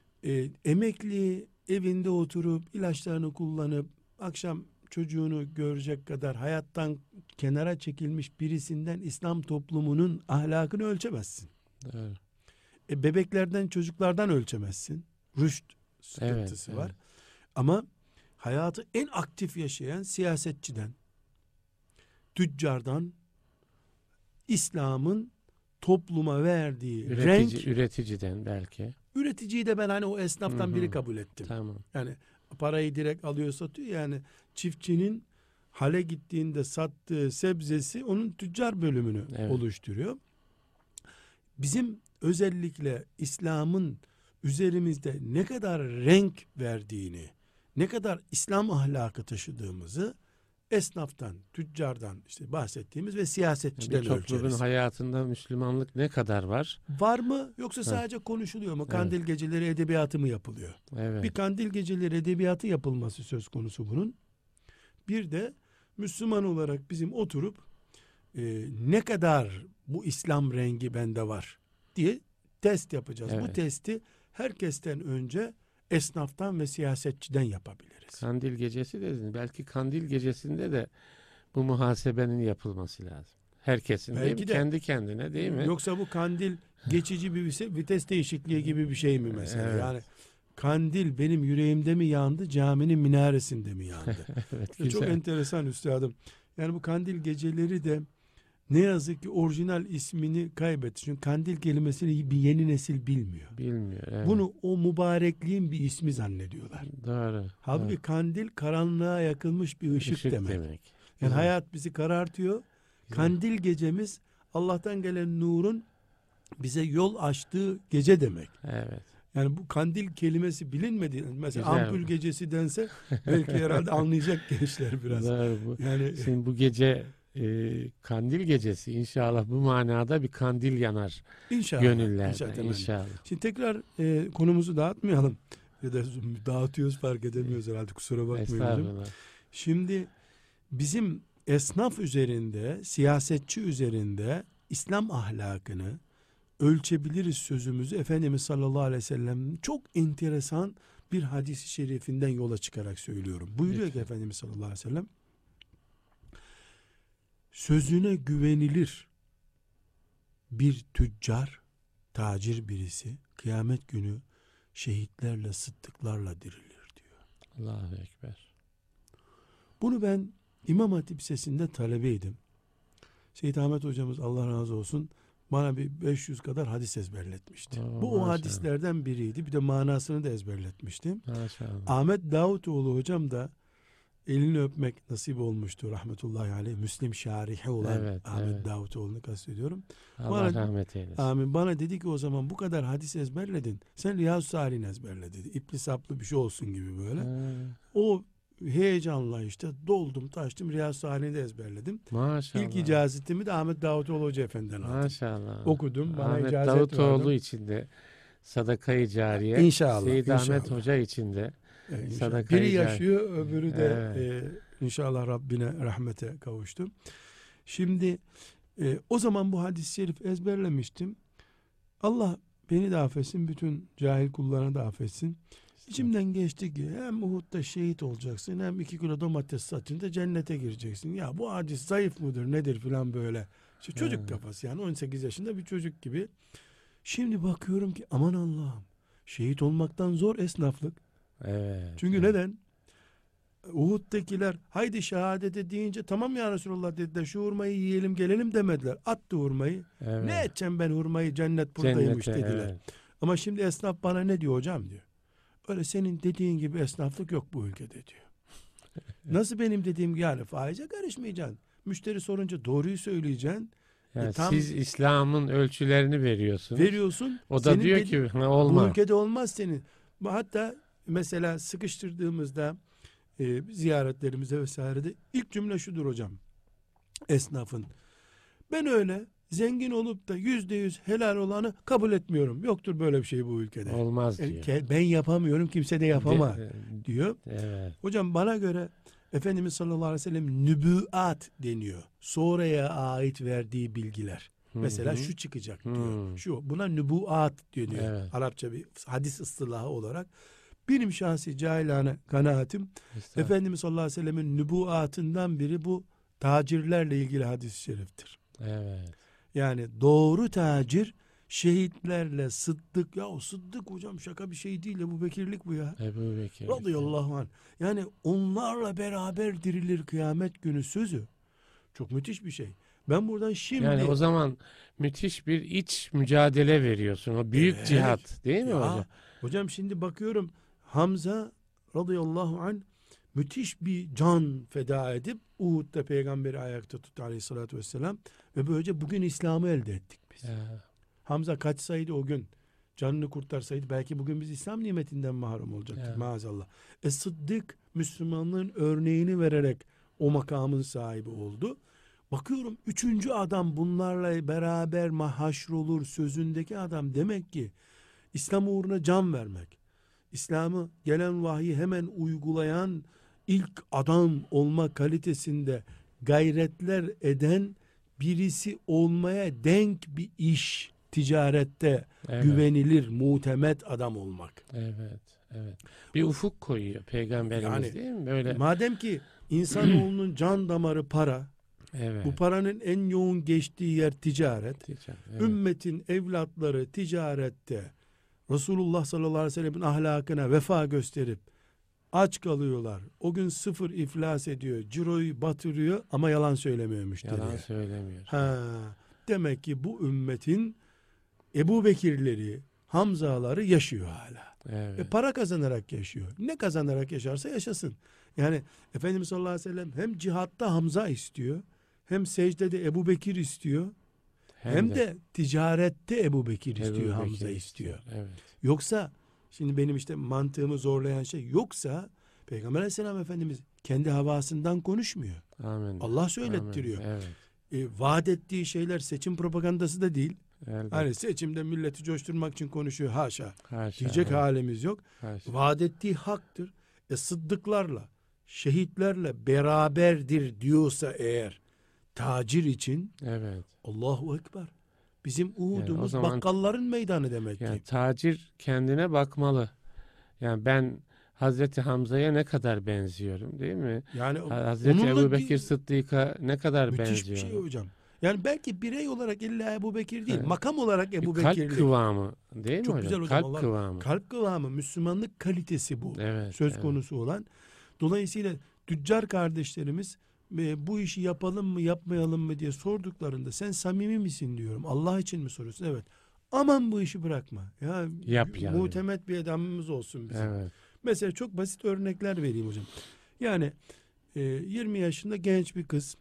emekli evinde oturup ilaçlarını kullanıp akşam çocuğunu görecek kadar hayattan kenara çekilmiş birisinden İslam toplumunun ahlakını ölçemezsin. Evet. Bebeklerden, çocuklardan ölçemezsin. Rüşt sıkıntısı var. Ama hayatı en aktif yaşayan siyasetçiden, tüccardan, İslam'ın topluma verdiği üreticiden belki. Üreticiyi de ben hani o esnaftan biri kabul ettim. Tamam. Yani parayı direkt alıyor satıyor, yani çiftçinin hale gittiğinde sattığı sebzesi onun tüccar bölümünü oluşturuyor. Bizim özellikle İslam'ın üzerimizde ne kadar renk verdiğini, ne kadar İslam ahlakı taşıdığımızı esnaftan, tüccardan işte bahsettiğimiz ve siyasetçiden ölçeriz. Bir toplumun hayatında Müslümanlık ne kadar var? Var mı yoksa sadece konuşuluyor mu? Kandil geceleri edebiyatı mı yapılıyor? Evet. Bir kandil geceleri edebiyatı yapılması söz konusu bunun. Bir de Müslüman olarak bizim oturup ne kadar bu İslam rengi bende var diye test yapacağız. Bu testi herkesten önce esnaftan ve siyasetçiden yapabiliriz. Kandil gecesi dedin. Belki kandil gecesinde de bu muhasebenin yapılması lazım. Herkesin belki değil mi? Kendi kendine değil mi? Yoksa bu kandil geçici bir vites değişikliği gibi bir şey mi mesela? Yani kandil benim yüreğimde mi yandı, caminin minaresinde mi yandı? Çok enteresan üstadım. Yani bu kandil geceleri de ne yazık ki orijinal ismini kaybetti. Çünkü kandil kelimesini bir yeni nesil bilmiyor. Bilmiyor. Evet. Bunu o mübarekliğin bir ismi zannediyorlar. Doğru. Halbuki Evet. kandil karanlığa yakılmış bir ışık demek. Yani Evet. hayat bizi karartıyor. Kandil gecemiz Allah'tan gelen nurun bize yol açtığı gece demek. Evet. Yani bu kandil kelimesi bilinmedi. Mesela Güzel. ampul gecesi dense belki herhalde anlayacak gençler biraz. Doğru bu. Yani Şimdi bu gece kandil gecesi, inşallah bu manada bir kandil yanar inşallah. gönüllerde. temenni. İnşallah. Şimdi tekrar konumuzu dağıtmayalım. Ya da dağıtıyoruz, fark edemiyoruz herhalde, kusura bakmayın hocam. Estağfurullah. Şimdi bizim esnaf üzerinde, siyasetçi üzerinde İslam ahlakını ölçebiliriz sözümüzü Efendimiz sallallahu aleyhi ve sellem çok enteresan bir hadis-i şerifinden yola çıkarak söylüyorum. Buyuruyor ki Efendimiz sallallahu aleyhi ve sellem, sözüne güvenilir bir tüccar, tacir birisi kıyamet günü şehitlerle, sıddıklarla dirilir diyor. Allahu Ekber. Bunu ben İmam Hatip Lisesi'nde talebeydim. Seyyid Ahmet hocamız, Allah razı olsun, bana bir 500 kadar hadis ezberletmişti. Bu o maşallah. hadislerden biriydi. Bir de manasını da ezberletmiştim. Maşallah. Ahmet Davutoğlu hocam da elini öpmek nasip olmuştu rahmetullahi aleyh. Müslim şarihi olan Ahmet Davutoğlu'nu kastediyorum. Allah rahmet eylesin. Amin. Bana dedi ki o zaman bu kadar hadis ezberledin, sen Riyazu Salih'in ezberle dedi. İpli saplı bir şey olsun gibi böyle. O heyecanla işte doldum taştım, Riyazu Salih'i de ezberledim. Maşallah. İlk icazetimi de Ahmet Davutoğlu Hoca Efendi'den aldım. Maşallah. Okudum. Bana Ahmet icazet Davutoğlu verdim. için de sadaka-i cariye. İnşallah. Seyyid inşallah. Ahmet Hoca için de İnşallah. sadaka-i Biri cariye. yaşıyor, öbürü de inşallah Rabbine rahmete kavuştu. Şimdi o zaman bu hadis-i şerif ezberlemiştim. Allah beni de affetsin, bütün cahil kullarını da affetsin. İçimden geçti ki hem Uhud'da şehit olacaksın, hem 2 kilo domates satınca cennete gireceksin. Ya bu hadis zayıf mıdır nedir filan böyle. İşte çocuk kafası, yani 18 yaşında bir çocuk gibi. Şimdi bakıyorum ki aman Allah'ım, şehit olmaktan zor esnaflık. Evet. Çünkü neden? Uhud'dakiler haydi şehadete deyince tamam ya Resulullah dediler, şu hurmayı yiyelim gelelim demediler. Attı hurmayı. Evet. Ne edeceğim ben hurmayı, cennet buradaymış Cennete, dediler. evet. Ama şimdi esnaf bana ne diyor hocam diyor. Öyle senin dediğin gibi esnaflık yok bu ülkede diyor. Nasıl benim dediğim gibi? Yani faize karışmayacaksın. Müşteri sorunca doğruyu söyleyeceksin. Yani tam siz İslam'ın ölçülerini veriyorsunuz. veriyorsun. O da diyor ki olmaz. Bu ülkede olmaz senin. Hatta mesela sıkıştırdığımızda ziyaretlerimizde vesairede ilk cümle şudur hocam. Esnafın. Ben öyle zengin olup da %100 helal olanı kabul etmiyorum. Yoktur böyle bir şey bu ülkede. Olmaz diyor. Ben yapamıyorum, kimse de yapamaz diyor. Evet. Hocam bana göre Efendimiz sallallahu aleyhi ve sellem nübüat deniyor. Sonraya ait verdiği bilgiler. Mesela şu çıkacak diyor. Şu, buna nübuat diyor. Evet. Arapça bir hadis ıstılahı olarak. Benim şahsi cahilane kanaatim, Efendimiz sallallahu aleyhi ve sellemin nübuatından biri bu tacirlerle ilgili hadis-i şeriftir. Evet. Yani doğru tacir şehitlerle sıddık, ya o sıddık hocam şaka bir şey değil, Ebu Bekirlik bu ya. Ebu Bekir. Radıyallahu anh. Yani onlarla beraber dirilir kıyamet günü sözü. Çok müthiş bir şey. Ben buradan şimdi... Yani o zaman müthiş bir iç mücadele veriyorsun. O büyük cihat değil mi hocam? Hocam şimdi bakıyorum Hamza radıyallahu anh müthiş bir can feda edip Uhud'da peygamberi ayakta tuttu aleyhissalatü vesselam ve böylece bugün İslam'ı elde ettik biz. Hamza kaçsaydı o gün, canını kurtarsaydı belki bugün biz İslam nimetinden mahrum olacaktık maazallah. Sıddık Müslümanlığın örneğini vererek o makamın sahibi oldu. Bakıyorum 3. adam bunlarla beraber haşrolur sözündeki adam demek ki İslam uğruna can vermek, İslam'ı gelen vahyi hemen uygulayan ilk adam olma kalitesinde gayretler eden birisi olmaya denk bir iş, ticarette güvenilir, mutemet adam olmak. Evet, evet. Bir ufuk koyuyor Peygamberimiz yani, değil mi? Böyle. Madem ki insanoğlunun can damarı para, bu paranın en yoğun geçtiği yer ticaret. Ümmetin evlatları ticarette Resulullah sallallahu aleyhi ve sellem'in ahlakına vefa gösterip Aç kalıyorlar. O gün sıfır iflas ediyor. Ciroyu batırıyor ama yalan söylemiyor müşteriye. Yalan söylemiyor. Ha, demek ki bu ümmetin Ebu Bekirleri, Hamzaları yaşıyor hala. Evet. Para kazanarak yaşıyor. Ne kazanarak yaşarsa yaşasın. Yani Efendimiz sallallahu aleyhi ve sellem hem cihatta Hamza istiyor, hem secdede Ebu Bekir istiyor, hem de ticarette Ebu Bekir istiyor, Hamza istiyor. Evet. Yoksa şimdi benim işte mantığımı zorlayan şey, yoksa Peygamber aleyhisselam Efendimiz kendi havasından konuşmuyor. Amin. Allah söylettiriyor. Amin. Evet. Vaat ettiği şeyler seçim propagandası da değil. Elbette. Hani seçimde milleti coşturmak için konuşuyor, haşa. Haşa, Diyecek evet. halimiz yok. Haşa. Vaat ettiği haktır. Sıddıklarla, şehitlerle beraberdir diyorsa eğer tacir için, Evet. Allahu Ekber. Bizim Uhud'umuz Yani o zaman, bakkalların meydanı demek yani ki. tacir kendine bakmalı. Yani ben Hazreti Hamza'ya ne kadar benziyorum, değil mi? Yani Hazreti onunla Ebu Bekir Sıddık'a ne kadar müthiş bir benziyorum. şey hocam. Yani belki birey olarak illa Ebu Bekir değil, Evet. makam olarak Bir Ebu kalp Bekir'lik. kıvamı, değil mi Çok hocam? güzel hocam. Kalp Allah, kıvamı. kalp kıvamı, Müslümanlık kalitesi bu. Evet. Söz evet. konusu olan. Dolayısıyla tüccar kardeşlerimiz bu işi yapalım mı yapmayalım mı diye sorduklarında sen samimi misin diyorum. Allah için mi soruyorsun? Evet. Aman bu işi bırakma. Ya Yap yani. muhtemet bir adamımız olsun bizim. Evet. Mesela çok basit örnekler vereyim hocam. Yani 20 yaşında genç bir kız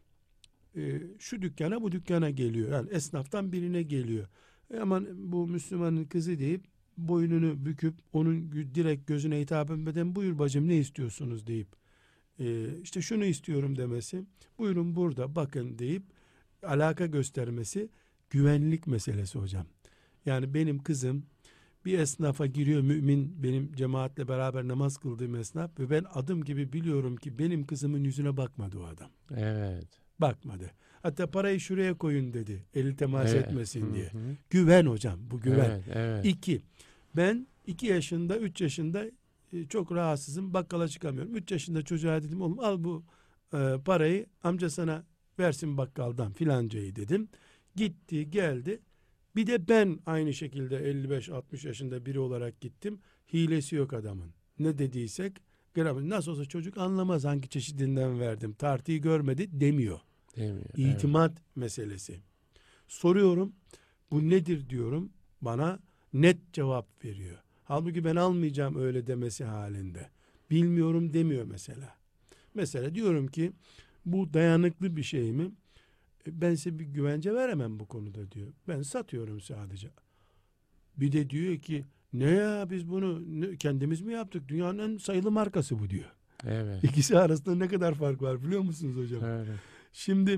şu dükkana bu dükkana geliyor. Yani esnaftan birine geliyor. Aman bu Müslümanın kızı deyip boynunu büküp onun direkt gözüne hitap etmeden buyur bacım ne istiyorsunuz deyip işte şunu istiyorum demesi, buyurun burada bakın deyip alaka göstermesi güvenlik meselesi hocam. Yani benim kızım bir esnafa giriyor, mümin, benim cemaatle beraber namaz kıldığım esnaf ve ben adım gibi biliyorum ki benim kızımın yüzüne bakmadı o adam. Evet. Bakmadı. Hatta parayı şuraya koyun dedi. Eli temas Evet. etmesin diye. Hı hı. Güven hocam, bu güven. Evet. Evet. 2. Ben 2 yaşında 3 yaşında çok rahatsızım, bakkala çıkamıyorum. 3 yaşında çocuğa dedim oğlum al bu parayı, amca sana versin bakkaldan filancayı dedim. Gitti geldi. Bir de ben aynı şekilde 55-60 yaşında biri olarak gittim. Hilesi yok adamın. Ne dediysek nasıl olsa çocuk anlamaz hangi çeşidinden verdim. Tartıyı görmedi demiyor. Demiyor. İtimat meselesi. Soruyorum, bu nedir diyorum, bana net cevap veriyor. Halbuki ben almayacağım öyle demesi halinde. Bilmiyorum demiyor mesela. Mesela diyorum ki bu dayanıklı bir şey mi? Ben size bir güvence veremem bu konuda diyor. Ben satıyorum sadece. Bir de diyor ki ne ya biz bunu kendimiz mi yaptık? Dünyanın en sayılı markası bu diyor. Evet. İkisi arasında ne kadar fark var biliyor musunuz hocam? Evet. Şimdi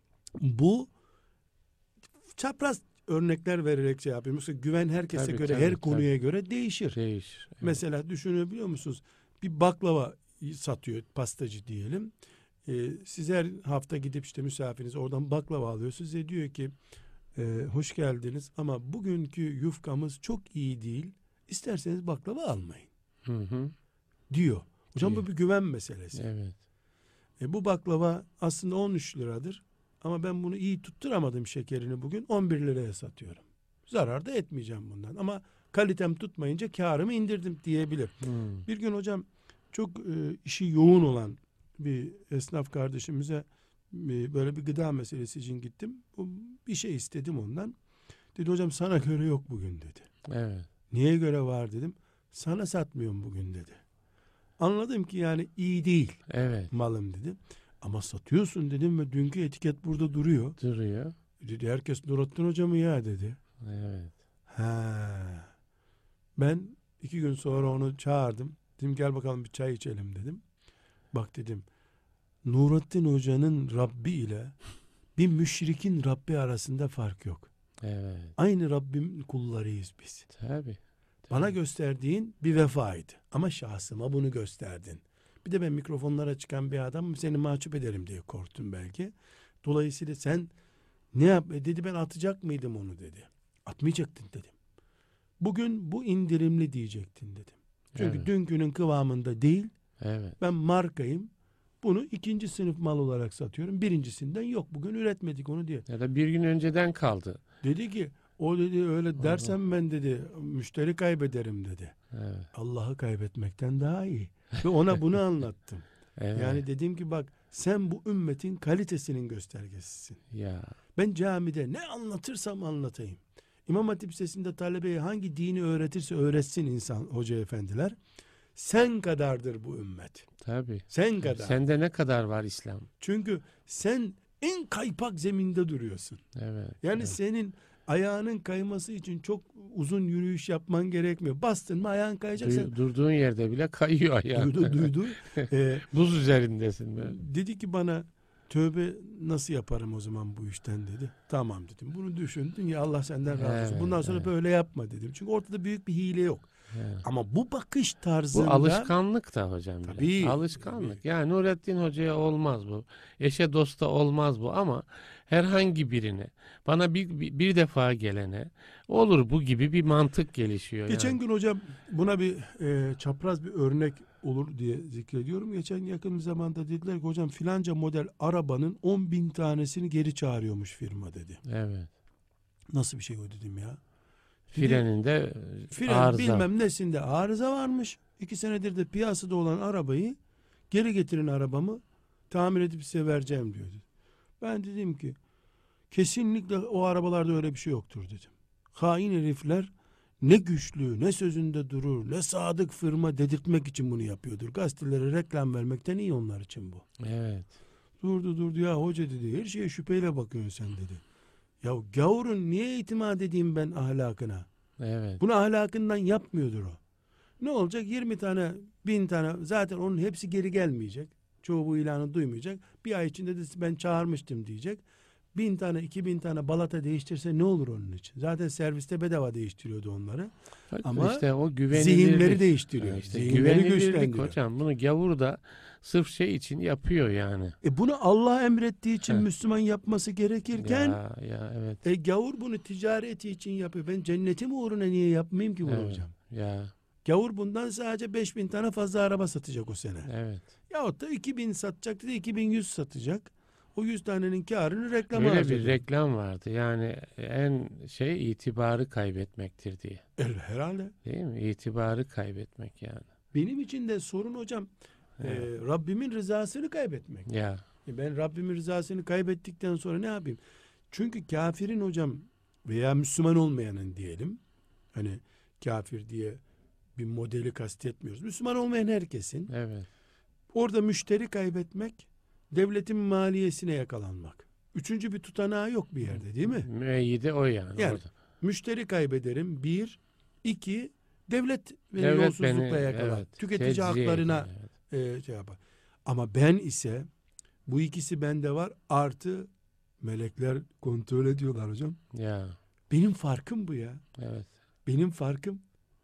bu çapraz örnekler vererek şey yapıyorum. Mesela güven herkese Tabii, göre, tabii, her konuya göre değişir. Değişir. Evet. Mesela düşünebiliyor musunuz? Bir baklava satıyor pastacı diyelim. Siz her hafta gidip işte misafiriniz oradan baklava alıyor. Size diyor ki hoş geldiniz ama bugünkü yufkamız çok iyi değil. İsterseniz baklava almayın Hı hı. diyor. Hocam Diyor. bu bir güven meselesi. Evet. Bu baklava aslında 13 liradır. Ama ben bunu iyi tutturamadım şekerini bugün 11 liraya satıyorum. Zarar da etmeyeceğim bundan. Ama kalitem tutmayınca karımı indirdim diyebilir. Hı. Bir gün hocam çok işi yoğun olan bir esnaf kardeşimize böyle bir gıda meselesi için gittim. Bir şey istedim ondan. Dedi hocam sana göre yok bugün dedi. Evet. Niye göre var dedim. Sana satmıyorum bugün dedi. Anladım ki yani iyi değil Evet. malım dedi. Ama satıyorsun dedim ve dünkü etiket burada duruyor. Duruyor. Dedi herkes Nurattin Hoca mı ya dedi. Evet. Ha. Ben 2 gün sonra onu çağırdım. Dedim gel bakalım bir çay içelim dedim. Bak dedim Nurattin Hoca'nın Rabbi ile bir müşrikin Rabbi arasında fark yok. Evet. Aynı Rabbim kullarıyız biz. Tabii. Bana gösterdiğin bir vefaydı. Ama şahsıma bunu gösterdin. Bir de ben mikrofonlara çıkan bir adamım, seni mahcup ederim diye korktum belki. Dolayısıyla sen ne yap? Dedi ben atacak mıydım onu dedi. Atmayacaktın dedim. Bugün bu indirimli diyecektin dedim. Çünkü Evet. dünkünün kıvamında değil. Evet. Ben markayım. Bunu 2. sınıf mal olarak satıyorum. Birincisinden yok. Bugün üretmedik onu diye. Ya da bir gün önceden kaldı. Dedi ki o dedi öyle dersem ben dedi müşteri kaybederim dedi. Evet. Allah'ı kaybetmekten daha iyi. Ve ona bunu anlattım. Evet. Yani dedim ki bak, sen bu ümmetin kalitesinin göstergesisin. Ya. Ben camide ne anlatırsam anlatayım. İmam Hatip Lisesi'nde talebeye hangi dini öğretirse öğretsin insan, hoca efendiler. Sen kadardır bu ümmet. Tabii. Sen kadar. Sende ne kadar var İslam? Çünkü sen en kaypak zeminde duruyorsun. Evet. Yani evet. senin ayağının kayması için çok uzun yürüyüş yapman gerekmiyor. Bastın mı ayağın kayacak. Sen Durduğun yerde bile kayıyor ayağın. duydu. Buz üzerindesin be. Dedi ki bana, tövbe nasıl yaparım o zaman bu işten dedi. Tamam dedim. Bunu düşündün ya, Allah senden razı olsun. Evet, Bundan sonra evet. böyle yapma dedim. Çünkü ortada büyük bir hile yok. Evet. Ama bu bakış Bu tarzında alışkanlık da hocam. Tabii, Alışkanlık. tabii. Yani Nurettin Hoca'ya olmaz bu. Eşe dosta olmaz bu ama herhangi birine, bana bir defa gelene olur bu gibi bir mantık gelişiyor. Geçen yani. gün hocam buna bir çapraz bir örnek olur diye zikrediyorum. Geçen yakın bir zamanda dediler ki hocam filanca model arabanın 10.000 tanesini geri çağırıyormuş firma dedi. Evet. Nasıl bir şey o dedim ya. Freninde Fren arıza. bilmem nesinde arıza varmış. 2 senedir de piyasada olan arabayı geri getirin, arabamı tamir edip size vereceğim diyordu. Ben dedim ki kesinlikle o arabalarda öyle bir şey yoktur dedim. Hain herifler ne güçlü, ne sözünde durur, ne sadık firma dedirtmek için bunu yapıyordur. Gazetelere reklam vermekten iyi onlar için bu. Evet. Durdu ya hoca dedi, her şeye şüpheyle bakıyorsun sen dedi. Ya gavurun niye itimat edeyim ben ahlakına? Evet. Bunu ahlakından yapmıyordur o. Ne olacak? 20 tane, 1000 tane, zaten onun hepsi geri gelmeyecek. Çoğu bu ilanı duymayacak. Bir ay içinde de ben çağırmıştım diyecek. 1000 tane, 2000 tane balata değiştirse ne olur onun için? Zaten serviste bedava değiştiriyordu onları. Ama işte o zihinleri değiştiriyor. İşte Zihinleri güvenilirlik güçlendiriyor. hocam. Bunu gavur da sırf şey için yapıyor yani. Bunu Allah emrettiği için Heh. Müslüman yapması gerekirken Ya evet. gavur bunu ticareti için yapıyor. Ben cennetim uğruna niye yapmayayım ki bunu Evet. hocam? Ya Gavur bundan sadece 5000 tane fazla araba satacak o sene. evet. Yahut da 2000 satacak dedi, 2100 satacak. O 100 tanenin karını reklama Öyle harcadı. bir reklam vardı. Yani en itibarı kaybetmektir diye. Herhalde. Değil mi? İtibarı kaybetmek yani. Benim için de sorun hocam Rabbimin rızasını kaybetmek. Ya Ben Rabbimin rızasını kaybettikten sonra ne yapayım? Çünkü kafirin hocam veya Müslüman olmayanın diyelim, hani kafir diye bir modeli kastetmiyoruz. Müslüman olmayan herkesin evet. orada müşteri kaybetmek, devletin maliyesine yakalanmak. Üçüncü bir tutanağı yok bir yerde değil mi? Müeyyide o yani. Yani orada. müşteri kaybederim. 1, 2, devlet beni Devlet yolsuzlukla beni, yakalar. evet, Tüketici tecziye haklarına ediyor, şey yapar. Ama ben ise bu ikisi bende var. Artı melekler kontrol ediyorlar hocam. evet. Ya Benim farkım bu ya. evet. Benim farkım.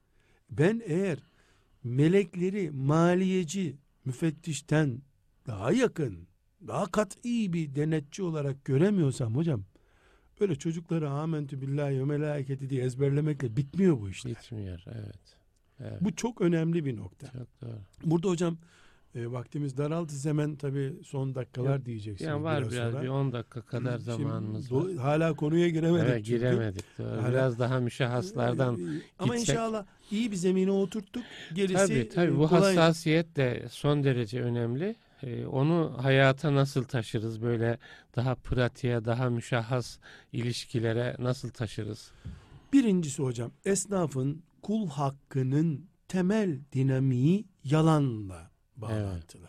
Ben eğer melekleri maliyeci müfettişten daha yakın, daha kat'i bir denetçi olarak göremiyorsam hocam, öyle çocukları amentü billahi ve melâiketi diye ezberlemekle bitmiyor bu işler. Bitmiyor. Evet. Evet. Bu çok önemli bir nokta. Çok doğru. Burada hocam vaktimiz daraldı. Hemen tabii son dakikalar Yok, diyeceksiniz. Yani var biraz sonra. bir 10 dakika kadar Şimdi zamanımız var. hala konuya giremedik. Evet, çünkü. giremedik. Doğru. Hala- Biraz daha müşahhaslardan Ama gitsek. inşallah iyi bir zemine oturttuk. Gerisi Tabii bu kolay. hassasiyet de son derece önemli. Onu hayata nasıl taşırız? Böyle daha pratiğe, daha müşahhas ilişkilere nasıl taşırız? Birincisi hocam, esnafın kul hakkının temel dinamiği yalanla bağlantılı.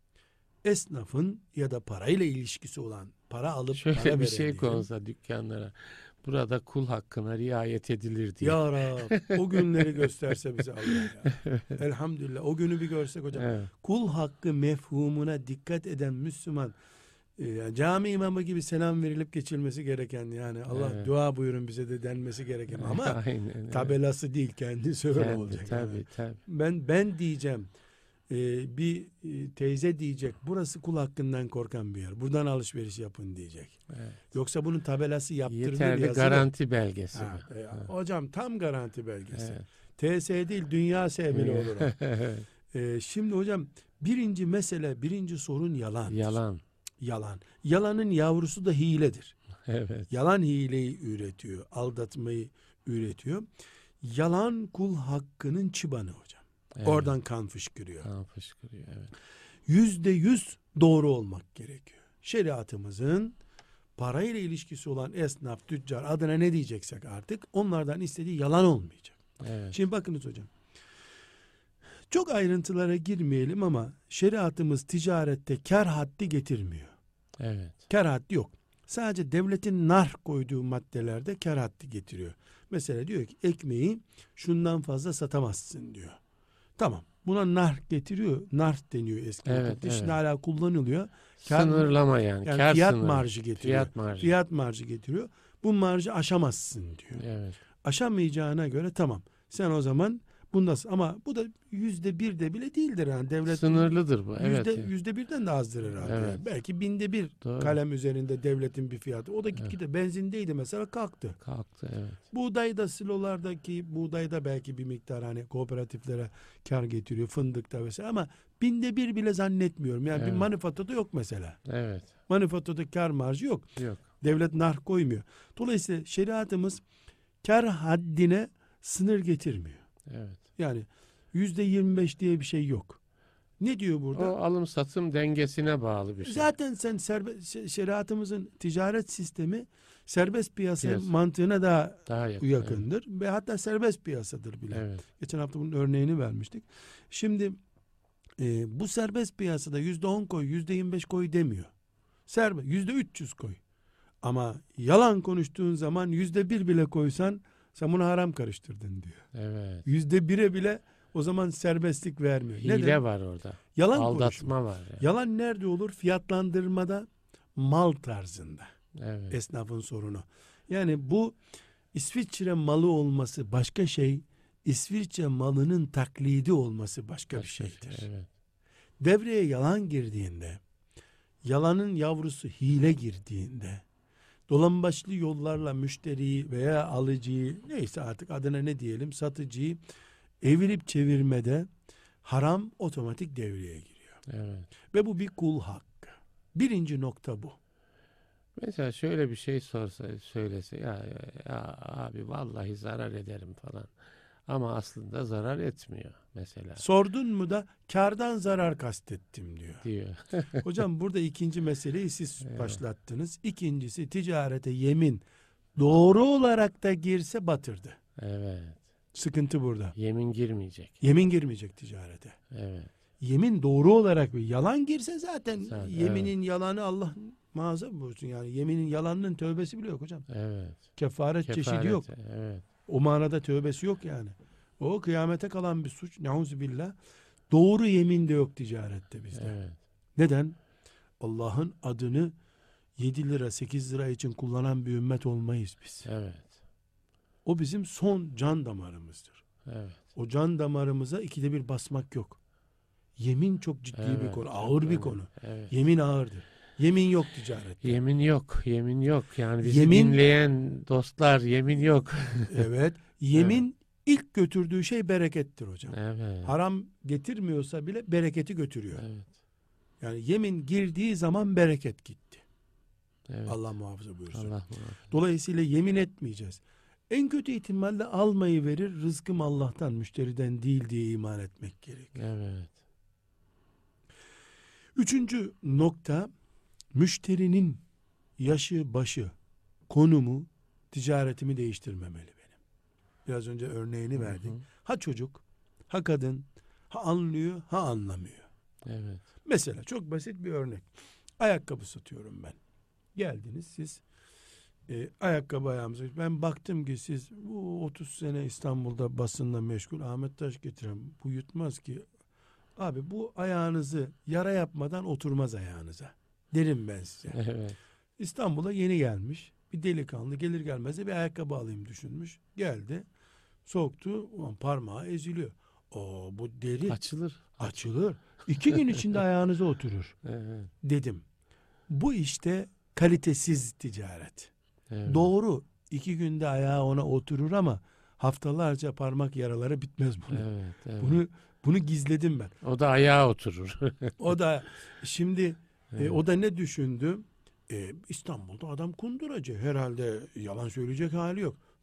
Esnafın ya da parayla ilişkisi olan, para alıp para Şöyle veren bir şey diyelim. konsa dükkanlara. Burada kul hakkına riayet edilir diye. Ya Rab, o günleri gösterse bize Allah ya. Elhamdülillah o günü bir görsek hocam. Evet. Kul hakkı mefhumuna dikkat eden Müslüman, cami imamı gibi selam verilip geçilmesi gereken, yani Allah Evet. dua buyurun bize de denmesi gereken ama Aynen, evet. tabelası değil, kendisi öyle Kendi, olacak. tabii, yani. tabii. Ben diyeceğim, bir teyze diyecek, burası kul hakkından korkan bir yer, buradan alışveriş yapın diyecek. Evet. Yoksa bunun tabelası yaptırılır, Yeterli yazılı. garanti belgesi. Ha, bu. Evet. hocam tam garanti belgesi. Evet. TS değil, dünya S bile olur o. Evet. Şimdi hocam birinci mesele, birinci sorun yalan. Yalan. Yalanın yavrusu da hiledir. Evet. Yalan hileyi üretiyor, aldatmayı üretiyor. Yalan kul hakkının çıbanı hocam. Evet. Oradan kan fışkırıyor. Kan fışkırıyor. Evet. %100 doğru olmak gerekiyor. Şeriatımızın parayla ilişkisi olan esnaf, tüccar, adına ne diyeceksek artık, onlardan istediği yalan olmayacak. Evet. Şimdi bakınız hocam. Çok ayrıntılara girmeyelim ama şeriatımız ticarette kar haddi getirmiyor. Evet. Kar haddi yok. Sadece devletin nar koyduğu maddelerde kar haddi getiriyor. Mesela diyor ki ekmeği şundan fazla satamazsın diyor. Tamam. Buna nar getiriyor. Nar deniyor eski Evet, vakıfta. Şimdi evet. hala kullanılıyor. Kar- Sınırlama yani. Yani Kar fiyat sınırı. marjı getiriyor. Fiyat marjı. Fiyat marjı getiriyor. Bu marjı aşamazsın diyor. Evet. Aşamayacağına göre tamam. Sen o zaman bundasın. Ama bu da %1'de bile değildir yani. Devlet Sınırlıdır bu. Evet. %1'den de azdır herhalde. Evet. Yani. Belki 1/1000 Doğru. kalem üzerinde devletin bir fiyatı. O da gitgide benzindeydi mesela, kalktı. Kalktı, evet. Buğdayda, silolardaki buğdayda belki bir miktar hani kooperatiflere kar getiriyor, fındıkta vesaire, ama 1/1000 bile zannetmiyorum. Yani bir Evet. manifaturada yok mesela. Evet. Manifaturada kar marjı yok. Yok. Devlet nar koymuyor. Dolayısıyla şeriatımız kar haddine sınır getirmiyor. Evet. Yani %25 diye bir şey yok. Ne diyor burada? O alım satım dengesine bağlı bir şey. Zaten sen şeriatımızın ticaret sistemi serbest piyasa Piyasa. mantığına daha Daha yakın. yakındır ve hatta serbest piyasadır bile. Evet. Geçen hafta bunun örneğini vermiştik. Şimdi bu serbest piyasada %10 koy, %25 koy demiyor. Serbest %300 koy. Ama yalan konuştuğun zaman %1 bile koysan sen bunu haram karıştırdın diyor. Evet. %1'e bile o zaman serbestlik vermiyor. Hile Neden? var orada. Yalan Aldatma konuşma. var. Yani. Yalan nerede olur? Fiyatlandırmada, mal tarzında. Evet. Esnafın sorunu. Yani bu İsviçre malı olması başka şey, İsviçre malının taklidi olması başka bir şeydir. Evet. Devreye yalan girdiğinde, yalanın yavrusu hile girdiğinde, dolambaçlı yollarla müşteriyi veya alıcıyı, neyse artık adına ne diyelim, satıcıyı evirip çevirmede haram otomatik devreye giriyor. Evet. Ve bu bir kul hakkı. Birinci nokta bu. Mesela şöyle bir şey söylese ya abi vallahi zarar ederim falan. Ama aslında zarar etmiyor mesela Sordun mu da kardan zarar kastettim diyor. diyor. Hocam burada ikinci meseleyi siz Evet. başlattınız. İkincisi, ticarete yemin doğru olarak da girse batırdı. Evet. Sıkıntı burada. Yemin girmeyecek. Yemin girmeyecek ticarete. Evet. Yemin doğru olarak bir yalan girse zaten Zaten, yeminin yalanı Allah muhafaza buyursun yani. Yeminin yalanının tövbesi bile yok hocam. Evet. Kefaret çeşidi Kefaret, yok. Evet. O manada tövbesi yok yani. O kıyamete kalan bir suç. Neuzubillah. Doğru yemin de yok ticarette bizde. Evet. Neden? Allah'ın adını 7 lira 8 lira için kullanan bir ümmet olmayız biz. Evet. O bizim son can damarımızdır. Evet. O can damarımıza ikide bir basmak yok. Yemin çok ciddi bir Evet, konu. çok Ağır bir önemli. konu. Evet. Yemin ağırdır. Yemin yok ticarette. Yemin yok. Yemin yok. Yani bizi Yemin- dinleyen dostlar yemin yok. Evet. Yemin ilk götürdüğü şey berekettir hocam. Evet. Haram getirmiyorsa bile bereketi götürüyor. Evet. Yani yemin girdiği zaman bereket gitti. Evet. Allah muhafaza buyursun. Allah muhafaza. Dolayısıyla yemin etmeyeceğiz. En kötü ihtimalle almayı verir, rızkım Allah'tan, müşteriden değil diye iman etmek gerekiyor. Evet. Üçüncü nokta, müşterinin yaşı, başı, konumu, ticaretimi değiştirmemeli benim. Biraz önce örneğini verdik. Hı hı. Ha çocuk, ha kadın, ha anlıyor, ha anlamıyor. Evet. Mesela çok basit bir örnek. Ayakkabı satıyorum ben. Geldiniz siz, ayakkabı ayağımıza. Ben baktım ki siz bu 30 sene İstanbul'da basınla meşgul Ahmet Taş getiren bu yutmaz ki. Abi bu ayağınızı yara yapmadan oturmaz ayağınıza. Derim ben size. Evet. İstanbul'a yeni gelmiş. Bir delikanlı gelir gelmez de bir ayakkabı alayım düşünmüş. Geldi. Soktu. Ulan parmağı eziliyor. Bu deri Açılır. açılır. 2 gün içinde ayağınıza oturur. Evet. Dedim. Bu işte kalitesiz ticaret. Evet. Doğru. 2 günde ayağı ona oturur ama haftalarca parmak yaraları bitmez bunun. Evet. Evet. Bunu gizledim ben. O da ayağa oturur. O da şimdi Evet. o da ne düşündü? İstanbul'da adam kunduracı. Herhalde yalan söyleyecek hali yok.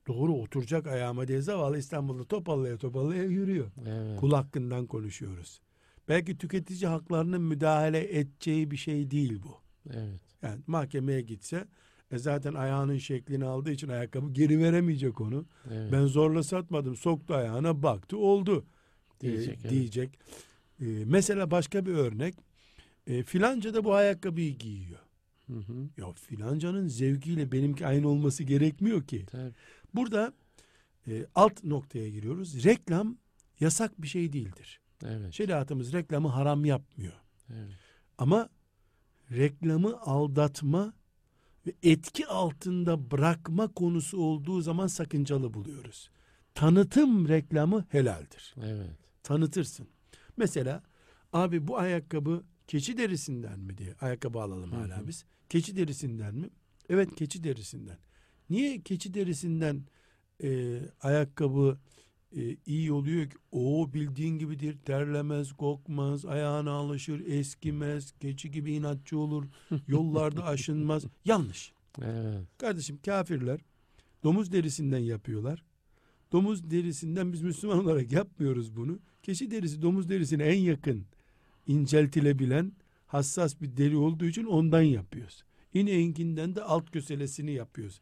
Doğru oturacak ayağıma diye zavallı İstanbul'da topallaya topallaya yürüyor. Evet. Kul hakkından konuşuyoruz. Belki tüketici haklarının müdahale edeceği bir şey değil bu. Evet. Yani mahkemeye gitse zaten ayağının şeklini aldığı için ayakkabı geri veremeyecek onu. Evet. Ben zorla satmadım, soktu ayağına, baktı oldu Diyecek, evet. diyecek. Mesela başka bir örnek, filanca da bu ayakkabıyı giyiyor. Hı hı. Ya filancanın zevkiyle benimki aynı olması gerekmiyor ki. Tabii. Burada alt noktaya giriyoruz. Reklam yasak bir şey değildir. Evet. Şeriatımız reklamı haram yapmıyor. Evet. Ama reklamı aldatma ve etki altında bırakma konusu olduğu zaman sakıncalı buluyoruz. Tanıtım reklamı helaldir. Evet. Tanıtırsın. Mesela abi bu ayakkabı keçi derisinden mi diye ayakkabı alalım hala biz. Keçi derisinden mi? Evet, keçi derisinden. Niye keçi derisinden ayakkabı iyi oluyor ki? O bildiğin gibidir. Terlemez, kokmaz, ayağına alışır, eskimez, keçi gibi inatçı olur, yollarda aşınmaz. Yanlış. Evet. Kardeşim, kafirler domuz derisinden yapıyorlar. Domuz derisinden biz Müslüman olarak yapmıyoruz bunu. Keçi derisi domuz derisine en yakın, inceltilebilen, hassas bir deri olduğu için ondan yapıyoruz. İneğinkinden de alt köselesini yapıyoruz.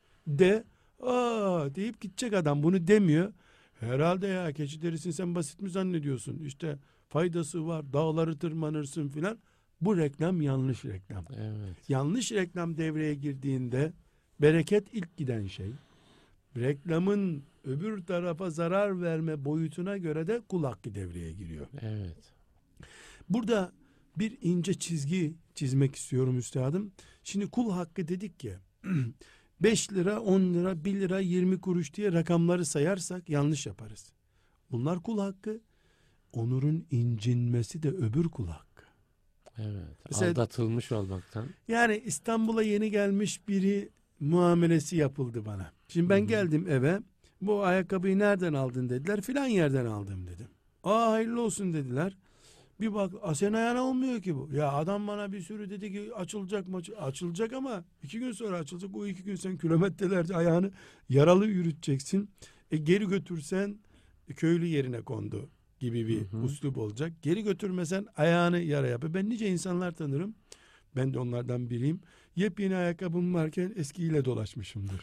Deyip gidecek adam, bunu demiyor. Herhalde ya, keçi derisini sen basit mi zannediyorsun? İşte faydası var, dağları tırmanırsın filan. Bu reklam yanlış reklam. Evet. Yanlış reklam devreye girdiğinde bereket ilk giden şey. Reklamın öbür tarafa zarar verme boyutuna göre de kul hakkı devreye giriyor. Evet. Burada bir ince çizgi çizmek istiyorum üstadım. Şimdi kul hakkı dedik ya, 5 lira, 10 lira, 1 lira, 20 kuruş diye rakamları sayarsak yanlış yaparız. Bunlar kul hakkı. Onurun incinmesi de öbür kul hakkı. Evet. Mesela, aldatılmış olmaktan. yani İstanbul'a yeni gelmiş biri muamelesi yapıldı bana. Şimdi ben geldim eve. Bu ayakkabıyı nereden aldın dediler. Filan yerden aldım dedim. Hayırlı olsun dediler. Bir bak, senin ayağına olmuyor ki bu. Ya adam bana bir sürü dedi ki açılacak mı? Açılacak ama 2 gün sonra açılacak. O 2 gün sen kilometrelerce ayağını yaralı yürüteceksin. Geri götürsen köylü yerine kondu gibi bir üslup olacak. Geri götürmesen ayağını yara yapıyor. Ben nice insanlar tanırım. Ben de onlardan biriyim. Yepyeni ayakkabım varken eskiyle dolaşmışımdır.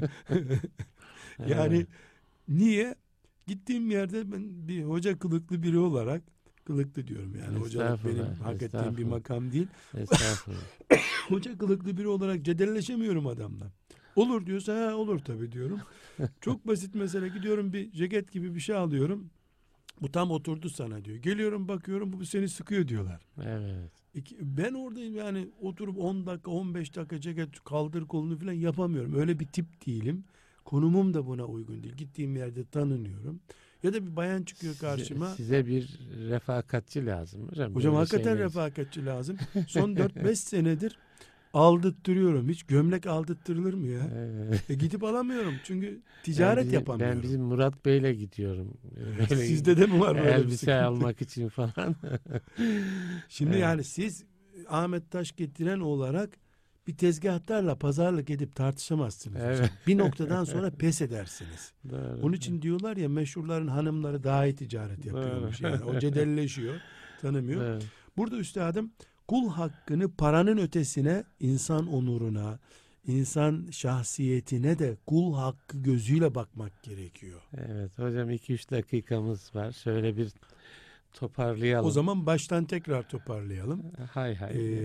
Yani niye? Gittiğim yerde ben bir hoca kılıklı biri olarak, kılıklı diyorum yani, hocalık benim hak ettiğim bir makam değil. Estağfurullah. Hoca kılıklı biri olarak cedelleşemiyorum adamla. Olur diyorsa olur tabii diyorum. Çok basit mesele, gidiyorum bir ceket gibi bir şey alıyorum. Bu tam oturdu sana diyor. Geliyorum bakıyorum bu seni sıkıyor diyorlar. Evet. Ben orada yani oturup 10 dakika 15 dakika ceket kaldır kolunu falan yapamıyorum. Öyle bir tip değilim. Konumum da buna uygun değil. Gittiğim yerde tanınıyorum. Ya da bir bayan çıkıyor karşıma. Size bir refakatçi lazım hocam. Hocam Böyle hakikaten şeyler. refakatçi lazım. Son 4-5 senedir aldırttırıyorum. Hiç gömlek aldırttırılır mı ya? Evet. Gidip alamıyorum. Çünkü ticaret yapamıyorum. Ben bizim Murat Bey'le gidiyorum. Böyle Sizde de mi var böyle bir elbise sıkıntı? almak için falan. Şimdi Evet. yani siz Ahmet Taş getiren olarak bir tezgahtarla pazarlık edip tartışamazsınız. Evet. Hocam. Bir noktadan sonra pes edersiniz. Doğru. Onun için diyorlar ya, meşhurların hanımları daha iyi ticaret yapıyormuş. Doğru. Yani o cedelleşiyor, tanımıyor. Evet. Burada üstadım, kul hakkını paranın ötesine, insan onuruna, insan şahsiyetine de kul hakkı gözüyle bakmak gerekiyor. Evet hocam, 2-3 dakikamız var. Şöyle bir toparlayalım. O zaman baştan tekrar toparlayalım. Hay.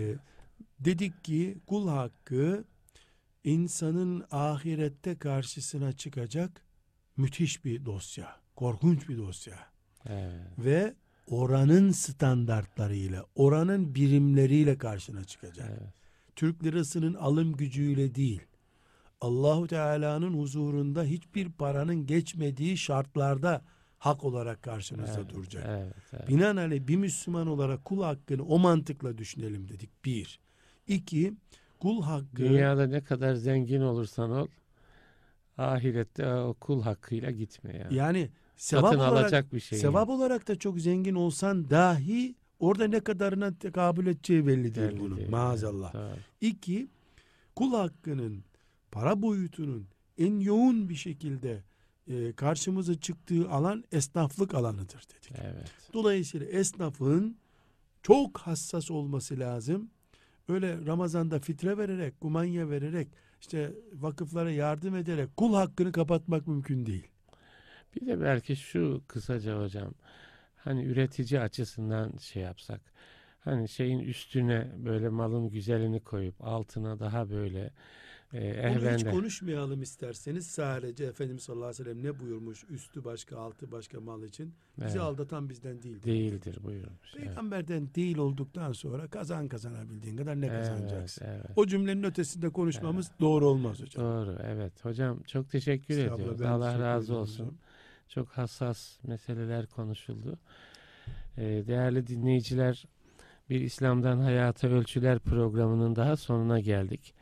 Dedik ki kul hakkı insanın ahirette karşısına çıkacak müthiş bir dosya, korkunç bir dosya. Evet. Ve oranın standartlarıyla, oranın birimleriyle karşına çıkacak. Evet. Türk lirasının alım gücüyle değil, Allahu Teala'nın huzurunda hiçbir paranın geçmediği şartlarda hak olarak karşınızda duracak. Evet. Binaenaleyh bir Müslüman olarak kul hakkını o mantıkla düşünelim dedik. 1. 2. Kul hakkı, Dünyada ne kadar zengin olursan ol, ahirette o kul hakkıyla gitme ya. yani Satın sevap olarak, alacak bir şey. sevap olarak da çok zengin olsan dahi orada ne kadarına tekabül edeceği belli değil bunun. Maazallah. Doğru. 2. Kul hakkının para boyutunun en yoğun bir şekilde karşımıza çıktığı alan esnaflık alanıdır dedik. Evet. Dolayısıyla esnafın çok hassas olması lazım. Öyle Ramazan'da fitre vererek, kumanya vererek, işte vakıflara yardım ederek kul hakkını kapatmak mümkün değil. Bir de belki şu kısaca hocam, hani üretici açısından şey yapsak, hani şeyin üstüne böyle malın güzelini koyup altına daha böyle Onu hiç ehvende konuşmayalım isterseniz. Sadece Efendimiz sallallahu aleyhi ve sellem ne buyurmuş? Üstü başka, altı başka mal için. Bizi evet, aldatan bizden değildir. değildir buyurmuş. Evet. Peygamberden değil olduktan sonra kazanabildiğin kadar ne Evet, kazanacaksın? evet. O cümlenin ötesinde konuşmamız doğru olmaz hocam. Doğru, evet. Hocam çok teşekkür Estağfurullah, ediyoruz. ben Allah teşekkür razı ederim olsun. hocam. Çok hassas meseleler konuşuldu. Değerli dinleyiciler, bir İslam'dan Hayata Ölçüler programının daha sonuna geldik.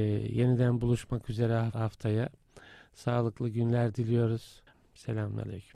Yeniden buluşmak üzere haftaya. Sağlıklı günler diliyoruz. Selamünaleyküm.